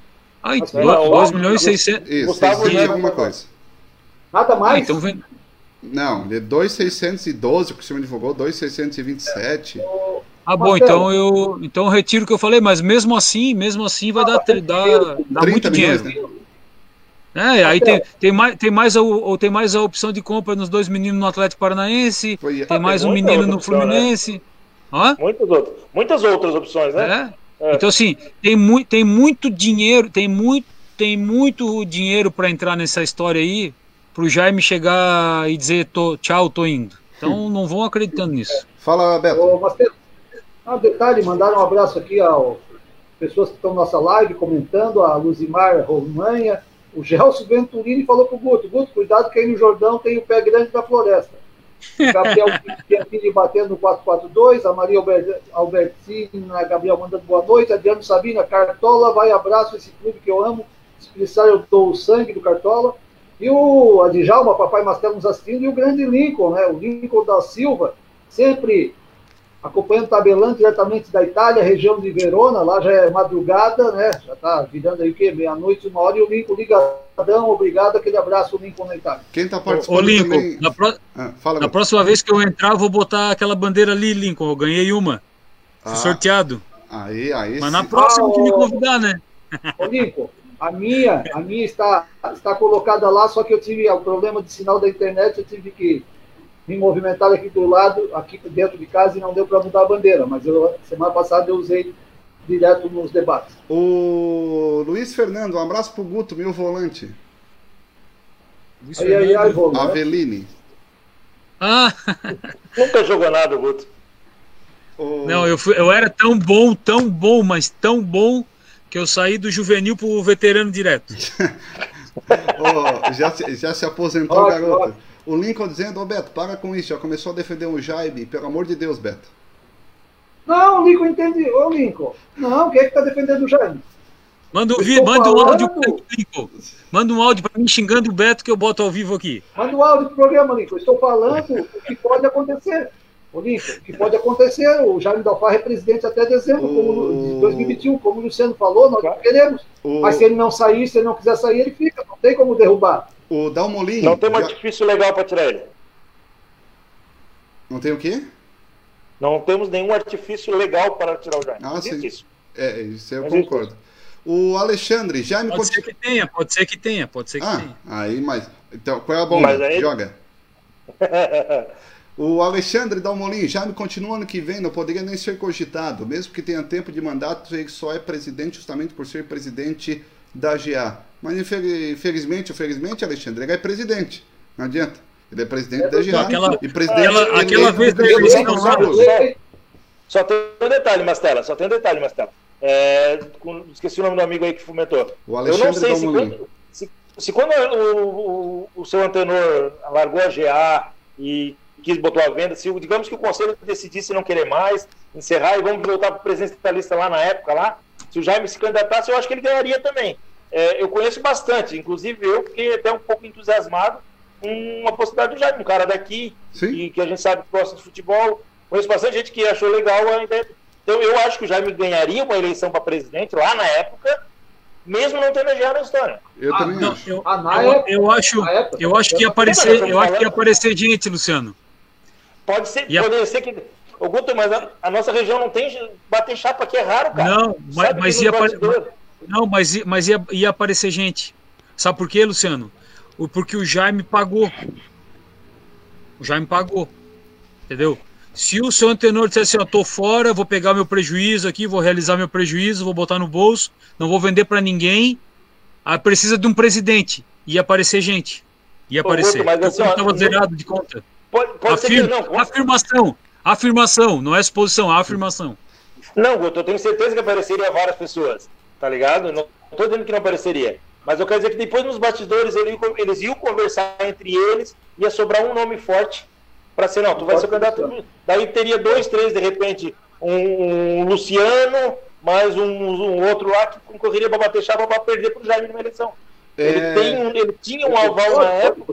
2 milhões e 600. Isso, 600 e alguma coisa. Nada mais? Então vem... Não, de 2.612, o Criciúma divulgou 2.627. Bom, então eu retiro o que eu falei, mas mesmo assim vai dar muito dinheiro. Né? Aí tem mais a opção de compra nos 2 meninos no Atlético Paranaense, tem mais um menino no Fluminense. Né? Muitas outras opções, né? Então assim, tem muito dinheiro, tem muito dinheiro para entrar nessa história aí, pro Jaime chegar e dizer tchau, tô indo. Então não vão acreditando nisso. Fala, Beto. Detalhe, mandaram um abraço aqui às pessoas que estão na nossa live comentando, a Luzimar Romanha. O Gelson Venturini falou pro Guto, cuidado que aí no Jordão tem o pé grande da floresta. O Gabriel Piantini batendo no 442, a Maria Albertina, a Gabriel mandando boa noite, Adriano Sabina, Cartola, vai abraço esse clube que eu amo, se precisar eu dou o sangue do Cartola. E o Adjalma, Papai Mastelo nos assistindo, e o grande Lincoln, né? O Lincoln da Silva, sempre acompanhando o Tabelando diretamente da Itália, região de Verona, lá já é madrugada, né? Já está virando aí o quê? Meia-noite, 1 hora, e o Lincoln ligadão, obrigado, aquele abraço, o Lincoln na Itália. Quem está participando Lincoln, também... na próxima vez que eu entrar, eu vou botar aquela bandeira ali, Lincoln, eu ganhei uma, fui sorteado. Mas na próxima que me convidar, né? Ô Lincoln, a minha está colocada lá, só que eu tive o problema de sinal da internet, eu tive que me movimentar aqui do lado, aqui dentro de casa, e não deu para mudar a bandeira, mas semana passada eu usei direto nos debates. O Luiz Fernando, um abraço pro Guto, meu volante. Aí, volante. Aveline. Ah! Nunca jogou nada, Guto. Não, eu era tão bom, mas tão bom, que eu saí do juvenil pro veterano direto. Já se aposentou, garoto. O Lincoln dizendo, Beto, para com isso, já começou a defender o Jaime, pelo amor de Deus, Beto. Não, o Lincoln entende. Ô, Lincoln, não, quem é que tá defendendo o Jaime? Manda um áudio pro Lincoln. Manda um áudio pra mim xingando o Beto que eu boto ao vivo aqui. Manda um áudio pro programa, Lincoln. Estou falando o que pode acontecer. Ô, Lincoln, o que pode acontecer? O Jaime Dalfarra é presidente até dezembro de 2021, como o Luciano falou, nós não queremos. Mas se ele não sair, se ele não quiser sair, ele fica. Não tem como derrubar. O Dalmolin. Não tem um artifício legal para tirar ele. Não tem o quê? Não temos nenhum artifício legal para tirar o Jaime. Ah, sim. Isso. Isso eu concordo. O Alexandre, Jaime... Pode ser que tenha. Aí, mas... Então, qual é a bomba? Aí... Joga. O Alexandre Dalmolin, Jaime continua ano que vem, não poderia nem ser cogitado, mesmo que tenha tempo de mandato, ele só é presidente justamente por ser presidente da GA. Mas infelizmente, Alexandre, ele é presidente, não adianta. Ele é presidente da GA e presidente... Aquela vez da eleição... Só tem um detalhe, Mastella, esqueci o nome do amigo aí que fomentou. O Alexandre Dalmolin. Se quando o seu Antenor largou a GA e botou a venda, se digamos que o conselho decidisse não querer mais, encerrar e vamos voltar para o presidencialista lá na época, se o Jaime se candidatasse, eu acho que ele ganharia também. Eu conheço bastante, inclusive eu fiquei até um pouco entusiasmado com uma possibilidade do Jaime, um cara daqui, e que a gente sabe que gosta de futebol. Conheço bastante gente que achou legal a ideia. Então eu acho que o Jaime ganharia uma eleição para presidente lá na época, mesmo não tendo a GA na história. Eu também acho. Eu acho que ia aparecer gente, Luciano. Pode ser que... Ô, Guto, mas a nossa região não tem... Bater chapa aqui é raro, cara. Mas ia aparecer gente. Sabe por quê, Luciano? Porque o Jaime pagou. Entendeu? Se o seu Antenor dissesse assim, eu tô fora, vou pegar meu prejuízo aqui, vou realizar meu prejuízo, vou botar no bolso, não vou vender para ninguém, precisa de um presidente. Ia aparecer gente. Ia aparecer. Mas assim, estava zerado de conta. Pode ser que não. Afirmação, não é suposição, afirmação. Não, Guto, eu tenho certeza que apareceria várias pessoas, tá ligado? Não tô dizendo que não apareceria. Mas eu quero dizer que depois nos bastidores eles iam conversar entre eles, ia sobrar um nome forte para ser, tu vai ser o candidato. Daí teria 2, 3, de repente, um Luciano, mais um outro lá que concorreria para bater chapa para perder para o Jaime numa eleição. Ele tinha um aval na época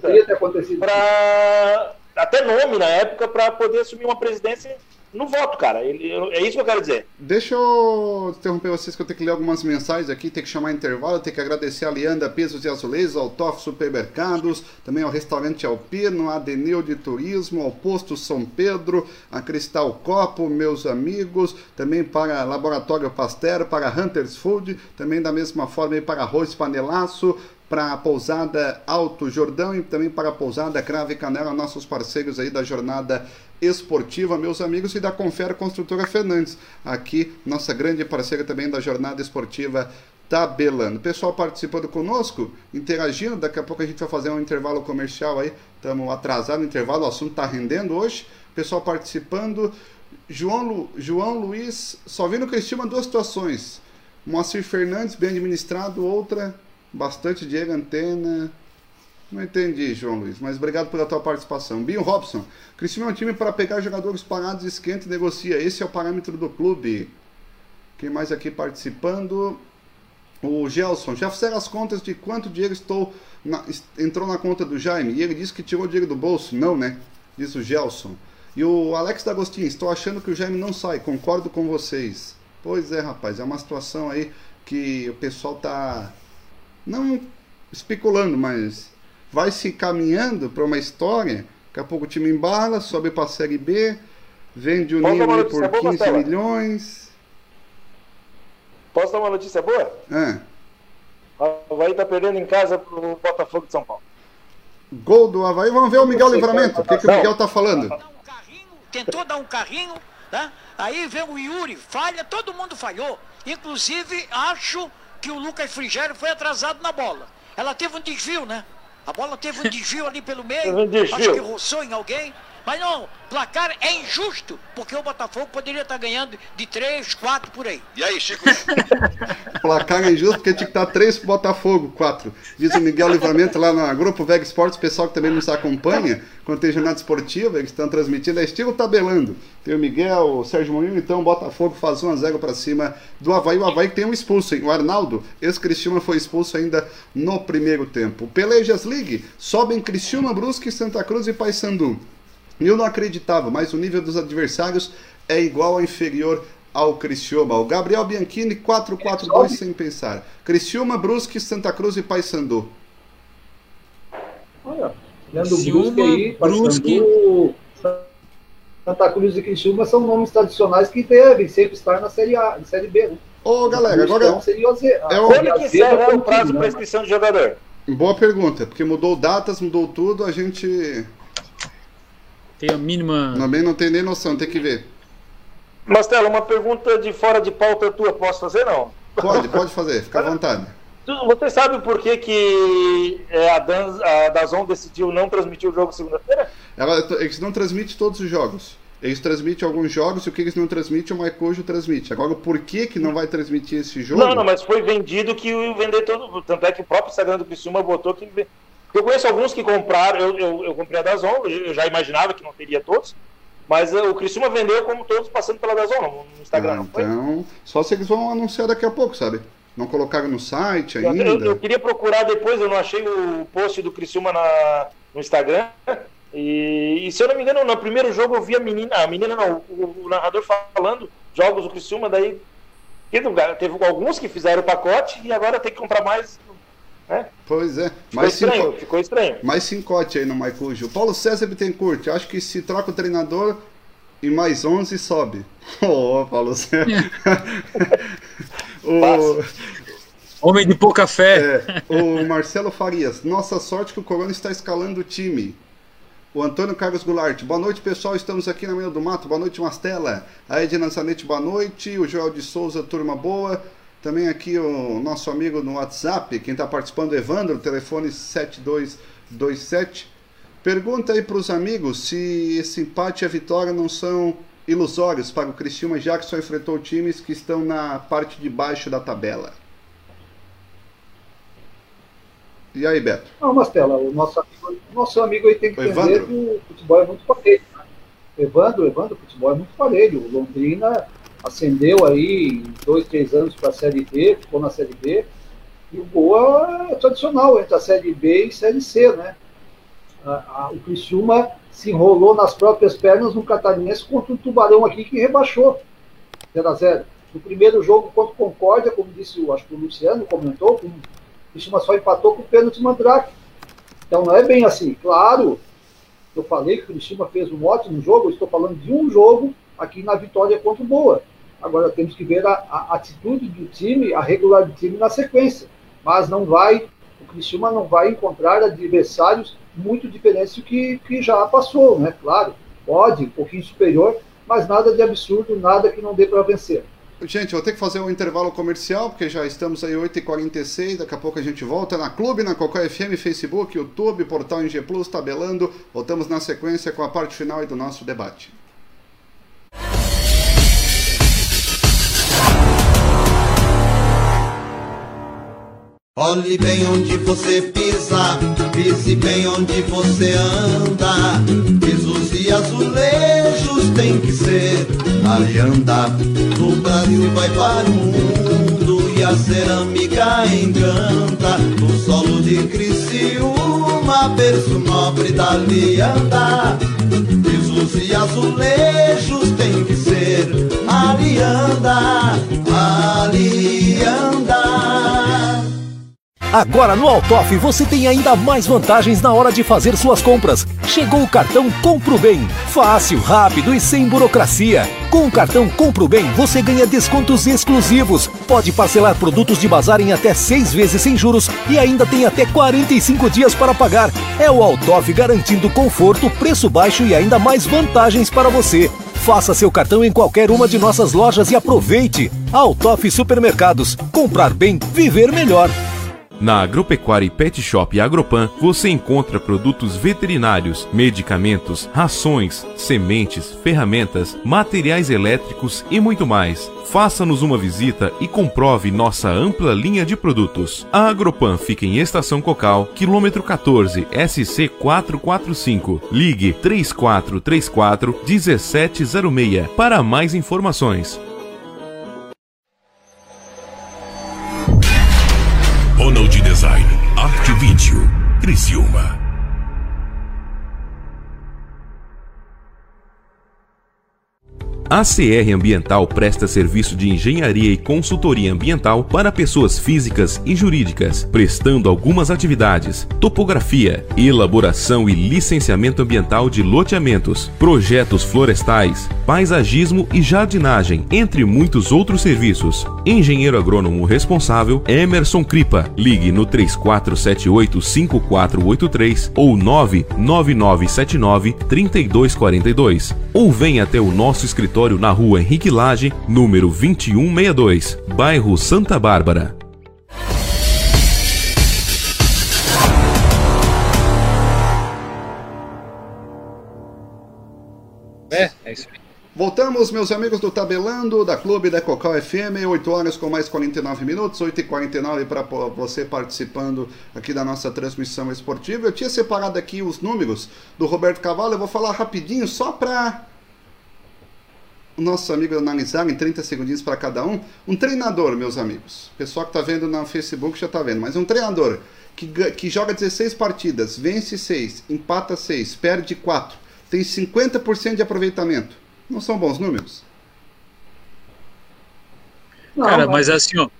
para... Até nome na época para poder assumir uma presidência no voto, cara. É isso que eu quero dizer. Deixa eu interromper vocês que eu tenho que ler algumas mensagens aqui, tem que chamar intervalo, tem que agradecer a Leanda Pisos e Azulejos, ao Toff Supermercados, também ao Restaurante Alpino, a Denil de Turismo, ao Posto São Pedro, a Cristal Copo, meus amigos, também para Laboratório Pasteur, para Hunters Food, também da mesma forma aí para Arroz Panelaço, para a Pousada Alto Jordão e também para a Pousada Cravo e Canela, nossos parceiros aí da jornada esportiva, meus amigos, e da Confere Construtora Fernandes, aqui nossa grande parceira também da jornada esportiva Tabelando. Pessoal participando conosco, interagindo, daqui a pouco a gente vai fazer um intervalo comercial aí, estamos atrasados no intervalo, o assunto está rendendo hoje, pessoal participando, João Luiz, só vi no Criciúma 2 situações, Moacir Fernandes, bem administrado, outra... Bastante Diego Antena. Não entendi, João Luiz, mas obrigado pela tua participação. Binho Robson, Criciúma é um time para pegar jogadores parados, esquenta e negocia. Esse é o parâmetro do clube. Quem mais aqui participando? O Gelson. Já fizeram as contas de quanto dinheiro entrou na conta do Jaime? E ele disse que tirou o dinheiro do bolso. Não, né? Diz o Gelson. E o Alex D'Agostinho. Estou achando que o Jaime não sai. Concordo com vocês. Pois é, rapaz. É uma situação aí que o pessoal tá... não especulando, mas vai se caminhando para uma história. Daqui a pouco o time embala, sobe para a Série B, vende o Nino por 15 milhões. Posso dar uma notícia boa? O Havaí está perdendo em casa para o Botafogo de São Paulo. Gol do Havaí. Vamos ver o Miguel Livramento. O que o Miguel está falando? Tentou dar um carrinho, tá? Aí vem o Yuri, falha, todo mundo falhou. Inclusive, acho que o Lucas Frigério foi atrasado na bola. Ela teve um desvio, né? A bola teve um desvio ali pelo meio. Acho que roçou em alguém. Mas não, placar é injusto, porque o Botafogo poderia estar ganhando de 3, 4 por aí. E aí, Chico? Placar é injusto porque tinha que estar 3 pro Botafogo, 4. Diz o Miguel Livramento lá no Grupo Veg Esportes, pessoal que também nos acompanha, quando tem jornada esportiva, eles estão transmitindo, é estilo tabelando. Tem o Miguel, o Sérgio Mourinho, então o Botafogo faz 1-0 para cima do Avaí. O Avaí tem um expulso, hein? O Arnaldo, ex-Criciúma, foi expulso ainda no primeiro tempo. O Pelejas League, sobem Criciúma, Brusque, Santa Cruz e Paysandu. Eu não acreditava, mas o nível dos adversários é igual ou inferior ao Criciúma. O Gabriel Bianchini, 4-4-2 sem pensar. Criciúma, Brusque, Santa Cruz e Paysandu. Olha, lendo o Brusque aí, Paysandu, Santa Cruz e Criciúma são nomes tradicionais que devem sempre estar na Série A, na Série B, né? Ô, galera, agora... Quando que encerra o prazo para inscrição de jogador? Boa pergunta, porque mudou datas, mudou tudo, a gente... Tem a mínima... Também não tem nem noção, tem que ver. Mastelo, uma pergunta de fora de pauta tua, posso fazer, não? Pode fazer, fica à vontade. Você sabe por que a DAZN decidiu não transmitir o jogo segunda-feira? Eles não transmitem todos os jogos. Eles transmitem alguns jogos e o que eles não transmitem, o Maicojo transmite. Agora, por que não vai transmitir esse jogo? Não, mas foi vendido que ia vender todo. Tanto é que o próprio Instagram do Criciúma botou que... Eu conheço alguns que compraram, eu comprei a DAZN, eu já imaginava que não teria todos, mas o Criciúma vendeu como todos passando pela DAZN no Instagram, não foi? Então, só se eles vão anunciar daqui a pouco, sabe? Não colocaram no site ainda. Eu queria procurar depois, eu não achei o post do Criciúma no Instagram, e se eu não me engano, no primeiro jogo eu vi o narrador falando jogos do Criciúma, daí teve alguns que fizeram o pacote e agora tem que comprar mais... Pois é, ficou estranho. Mais 5 aí no Maicujo. O Paulo César Bittencourt, acho que se troca o treinador e mais 11 sobe. Paulo César. Homem de pouca fé. O Marcelo Farias, nossa sorte que o Corona está escalando o time. O Antônio Carlos Goulart, boa noite pessoal, estamos aqui na Meio do Mato, boa noite Mastela. A Edna Zanetti, boa noite. O Joel de Souza, turma boa. Também aqui o nosso amigo no WhatsApp, quem está participando, Evandro, telefone 7227. Pergunta aí para os amigos se esse empate e a vitória não são ilusórios para o Criciúma, já que só enfrentou times que estão na parte de baixo da tabela. E aí, Beto? Não, Mastela, o nosso amigo aí tem que entender que o futebol é muito parelho. Né? Evandro, o futebol é muito parelho. O Londrina... ascendeu aí 2, 3 anos para a Série B, ficou na Série B, e o Boa é tradicional entre a Série B e a Série C, né? O Criciúma se enrolou nas próprias pernas no Catarinense contra o Tubarão aqui, que rebaixou 0-0. No primeiro jogo contra o Concórdia, como disse, acho que o Luciano comentou, o Criciúma só empatou com o pênalti Mandrake. Então não é bem assim. Claro, eu falei que o Criciúma fez um ótimo jogo, eu estou falando de um jogo aqui na vitória contra o Boa. Agora temos que ver a atitude do time, a regularidade do time na sequência. Mas o Criciúma não vai encontrar adversários muito diferentes do que já passou, né? Claro, pode, um pouquinho superior, mas nada de absurdo, nada que não dê para vencer. Gente, eu vou ter que fazer um intervalo comercial, porque já estamos aí 8h46, daqui a pouco a gente volta na Clube, na Cocó FM, Facebook, YouTube, Portal NG Plus, Tabelando. Voltamos na sequência com a parte final aí do nosso debate. Olhe bem onde você pisa, pise bem onde você anda. Pisos e azulejos tem que ser Alianda. Do Brasil vai para o mundo e a cerâmica encanta. No solo de Criciúma, berço nobre da Alianda. Pisos e azulejos tem que ser Alianda, Alianda. Agora no Altoff você tem ainda mais vantagens na hora de fazer suas compras. Chegou o cartão Compro Bem. Fácil, rápido e sem burocracia. Com o cartão Compro Bem você ganha descontos exclusivos. Pode parcelar produtos de bazar em até 6 vezes sem juros e ainda tem até 45 dias para pagar. É o Altoff garantindo conforto, preço baixo e ainda mais vantagens para você. Faça seu cartão em qualquer uma de nossas lojas e aproveite. Altoff Supermercados. Comprar bem, viver melhor. Na Agropecuária e Pet Shop Agropan, você encontra produtos veterinários, medicamentos, rações, sementes, ferramentas, materiais elétricos e muito mais. Faça-nos uma visita e comprove nossa ampla linha de produtos. A Agropan fica em Estação Cocal, quilômetro 14, SC 445. Ligue 3434-1706 para mais informações. Ronald Design, Arte Vídeo, Criciúma. A CR Ambiental presta serviço de engenharia e consultoria ambiental para pessoas físicas e jurídicas, prestando algumas atividades: topografia, elaboração e licenciamento ambiental de loteamentos, projetos florestais, paisagismo e jardinagem, entre muitos outros serviços. Engenheiro agrônomo responsável Emerson Cripa. Ligue no 3478-5483 ou 99979-3242 ou venha até o nosso escritório na Rua Henrique Lage, número 2162, bairro Santa Bárbara. É isso aí. Voltamos, meus amigos do Tabelando, da Clube da Cocal FM, 8 horas com mais 49 minutos, 8h49 para você participando aqui da nossa transmissão esportiva. Eu tinha separado aqui os números do Roberto Cavalo, eu vou falar rapidinho só para o nosso amigo analisar em 30 segundinhos para cada um. Um treinador, meus amigos, o pessoal que está vendo no Facebook já está vendo, mas um treinador que joga 16 partidas, vence 6, empata 6, perde 4, tem 50% de aproveitamento. Não são bons números? Cara, mas assim, ó,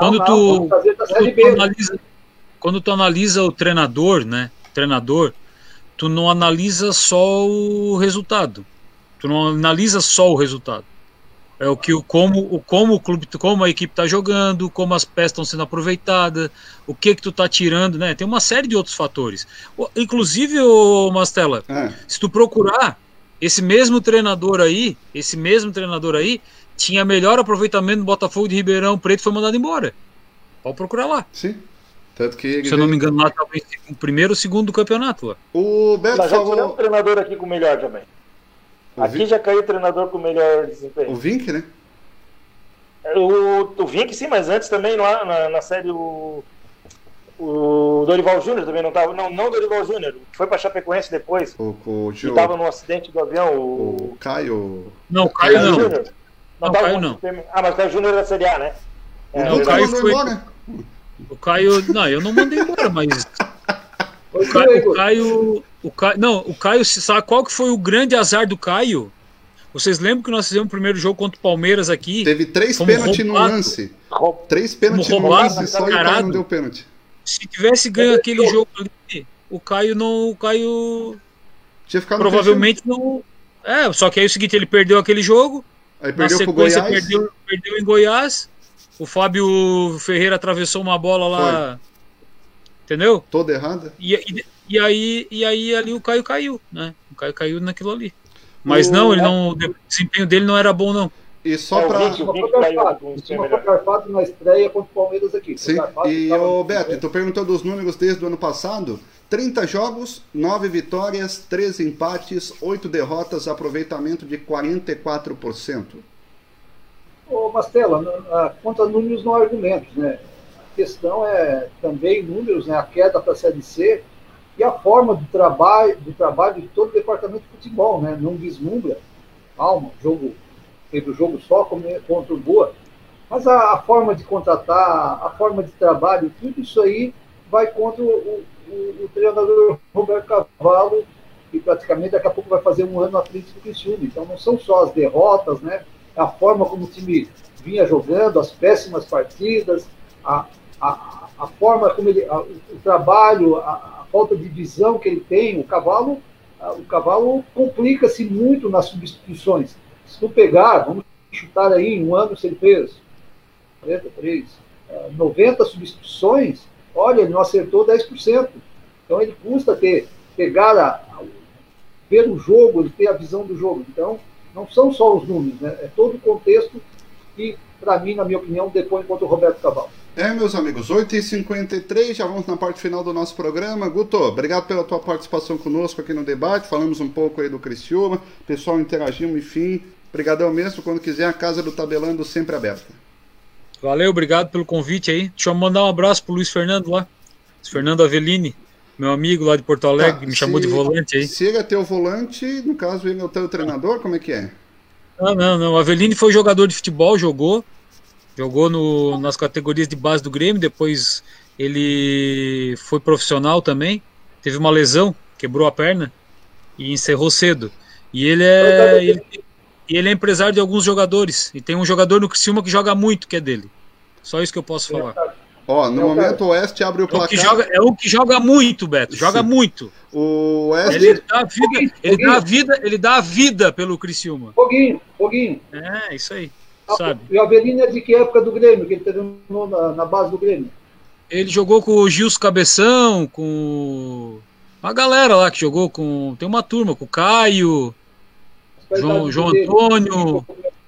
quando tu analisa o treinador, né? Tu não analisa só o resultado. Tu não analisa só o resultado. É como o clube, como a equipe está jogando, como as peças estão sendo aproveitadas, o que tu tá tirando, né? Tem uma série de outros fatores. Inclusive, Mastella, se tu procurar, esse mesmo treinador aí tinha melhor aproveitamento do Botafogo de Ribeirão Preto e foi mandado embora. Pode procurar lá. Sim. Tanto que se eu não me engano, lá talvez o primeiro ou segundo do campeonato lá. O Beto Mas já tivemos um treinador aqui com o melhor também. Aqui já caiu o treinador com o melhor desempenho. O Vink, né? O Vink, sim, mas antes também lá na série o Dorival Júnior também não estava. Não o Dorival Júnior, foi para Chapecoense depois. Que estava no acidente do avião. O Caio. Não, o Caio não. Júnior. Não, o Caio não. Mas o Caio Júnior da Série A, né? O Caio foi. O Caio. Não, eu não mandei embora, mas. O Caio, sabe qual que foi o grande azar do Caio? Vocês lembram que nós fizemos o primeiro jogo contra o Palmeiras aqui? Teve 3 pênaltis no lance. 3 pênaltis no lance, só o Caio não deu pênalti. Se tivesse ganho aquele jogo ali, o Caio tinha ficado provavelmente não. Só que aí é o seguinte, ele perdeu aquele jogo. Aí perdeu pro Goiás. Perdeu em Goiás. O Fábio Ferreira atravessou uma bola lá. Foi. Entendeu? Toda errada. E aí ali o Caio caiu, né? O Caio caiu naquilo ali. Mas o desempenho dele não era bom, não. E só para na estreia contra o Palmeiras aqui. Sim. E o Beto, tu perguntou dos números desde o ano passado. 30 jogos, 9 vitórias, 13 empates, 8 derrotas, aproveitamento de 44%. Ô Mastella, contra números não argumentos, né? A questão é também números, né? A queda para a Série C e a forma do trabalho de todo o departamento de futebol, né? Não deslumbra. Calma, teve o jogo só contra o Boa, mas a forma de contratar, a forma de trabalho, tudo isso aí vai contra o treinador Roberto Cavalo, que praticamente daqui a pouco vai fazer um ano à frente do Criciúma. Então não são só as derrotas, né? A forma como o time vinha jogando, as péssimas partidas, a forma como o trabalho, a falta de visão que ele tem. O Cavalo complica-se muito nas substituições. Se tu pegar, vamos chutar aí, em um ano se ele fez 90 substituições, olha, ele não acertou 10%. Então ele custa ver o jogo, ele ter a visão do jogo. Então, Não são só os números, né? É todo o contexto que, para mim, na minha opinião, depõe contra o Roberto Cabral. Meus amigos, 8h53, já vamos na parte final do nosso programa. Guto, obrigado pela tua participação conosco aqui no debate, falamos um pouco aí do Criciúma, o pessoal interagiu, enfim, brigadão mesmo, quando quiser a casa do Tabelando sempre aberta. Valeu, obrigado pelo convite aí. Deixa eu mandar um abraço pro Luiz Fernando lá, Luiz Fernando Avelini, meu amigo lá de Porto Alegre, que me chamou de volante aí. Se ele é teu volante, no caso ele é o teu treinador, como é que é? Não, o Avelini foi jogador de futebol, jogou nas categorias de base do Grêmio, depois ele foi profissional também, teve uma lesão, quebrou a perna e encerrou cedo. E ele é empresário de alguns jogadores, e tem um jogador no Criciúma que joga muito, que é dele. Só isso que eu posso falar. No momento o Oeste abre o placar. É o que joga muito, Beto, joga muito. O Oeste... Ele dá a vida pelo Criciúma. Foguinho. É, isso aí. Sabe? E o Avelino é de que época do Grêmio, que ele treinou na base do Grêmio? Ele jogou com o Gilson Cabeção, com a galera lá que jogou com... Tem uma turma, com o Caio, João Antônio.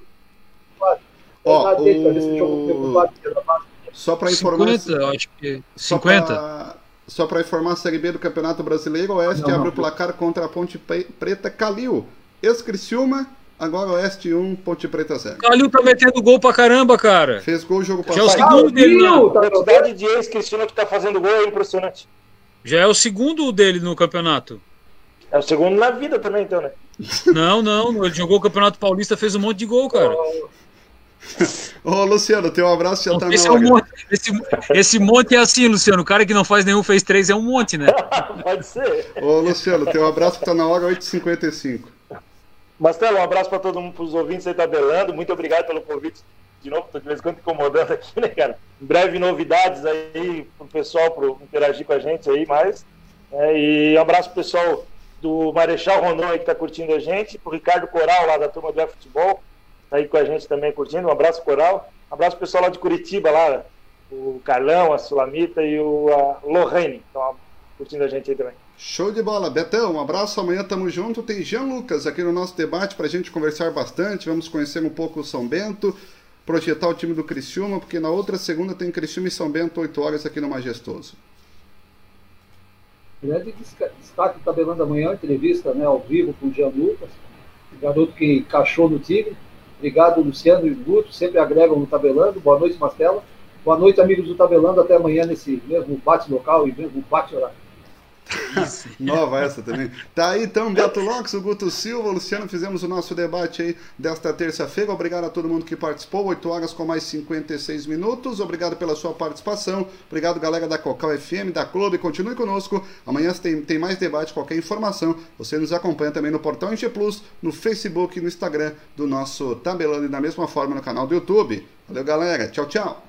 Só para informar... 50, acho que 50. Só para informar a Série B do Campeonato Brasileiro, o Oeste abre o placar contra a Ponte Preta Calil. Ex-Criciúma... Agora Oeste 1, Ponte Preta 0. Calil tá metendo gol pra caramba, cara. Fez gol o jogo passado. Já é o segundo dele, A quantidade de ex-Criciúma que tá fazendo gol é impressionante. Já é o segundo dele no campeonato. É o segundo na vida também, então, né? Não. Ele jogou o Campeonato Paulista, fez um monte de gol, cara. Ô, Luciano, teu abraço já tá na hora. Esse monte é assim, Luciano. O cara que não faz nenhum fez 3 é um monte, né? Pode ser. Ô, Luciano, teu abraço que tá na hora, 8h55. Marcelo, um abraço para todo mundo, para os ouvintes aí Tabelando. Muito obrigado pelo convite. De novo, estou de vez em quando incomodando aqui, né, cara? Em breve novidades aí pro pessoal, para interagir com a gente aí mais. E um abraço pro pessoal do Marechal Rondon aí que está curtindo a gente, pro Ricardo Coral lá da turma do Futebol, tá aí com a gente também curtindo. Um abraço, Coral. Um abraço pro pessoal lá de Curitiba, lá, o Carlão, a Sulamita e a Lorraine, estão curtindo a gente aí também. Show de bola, Betão, um abraço, amanhã tamo junto. Tem Jean Lucas aqui no nosso debate pra gente conversar bastante, vamos conhecer um pouco o São Bento, projetar o time do Criciúma, porque na outra segunda tem Criciúma e São Bento, 8 horas aqui no Majestoso. Grande destaque do Tabelando amanhã, entrevista, né, ao vivo com o Jean Lucas, o garoto que encaixou no Tigre. Obrigado, Luciano e Guto, sempre agregam no Tabelando. Boa noite, Marcela. Boa noite, amigos do Tabelando, até amanhã nesse mesmo bate local e mesmo bate horário. Nova essa também. Tá aí então, Beto Lopes, o Guto Silva, o Luciano, fizemos o nosso debate aí desta terça-feira. Obrigado a todo mundo que participou, 8 horas com mais 56 minutos. Obrigado pela sua participação. Obrigado, galera da Cocal FM, da Clube. Continue conosco. Amanhã tem mais debate, qualquer informação. Você nos acompanha também no Portal NG Plus, no Facebook e no Instagram do nosso Tabelando e da mesma forma no canal do YouTube. Valeu, galera. Tchau, tchau.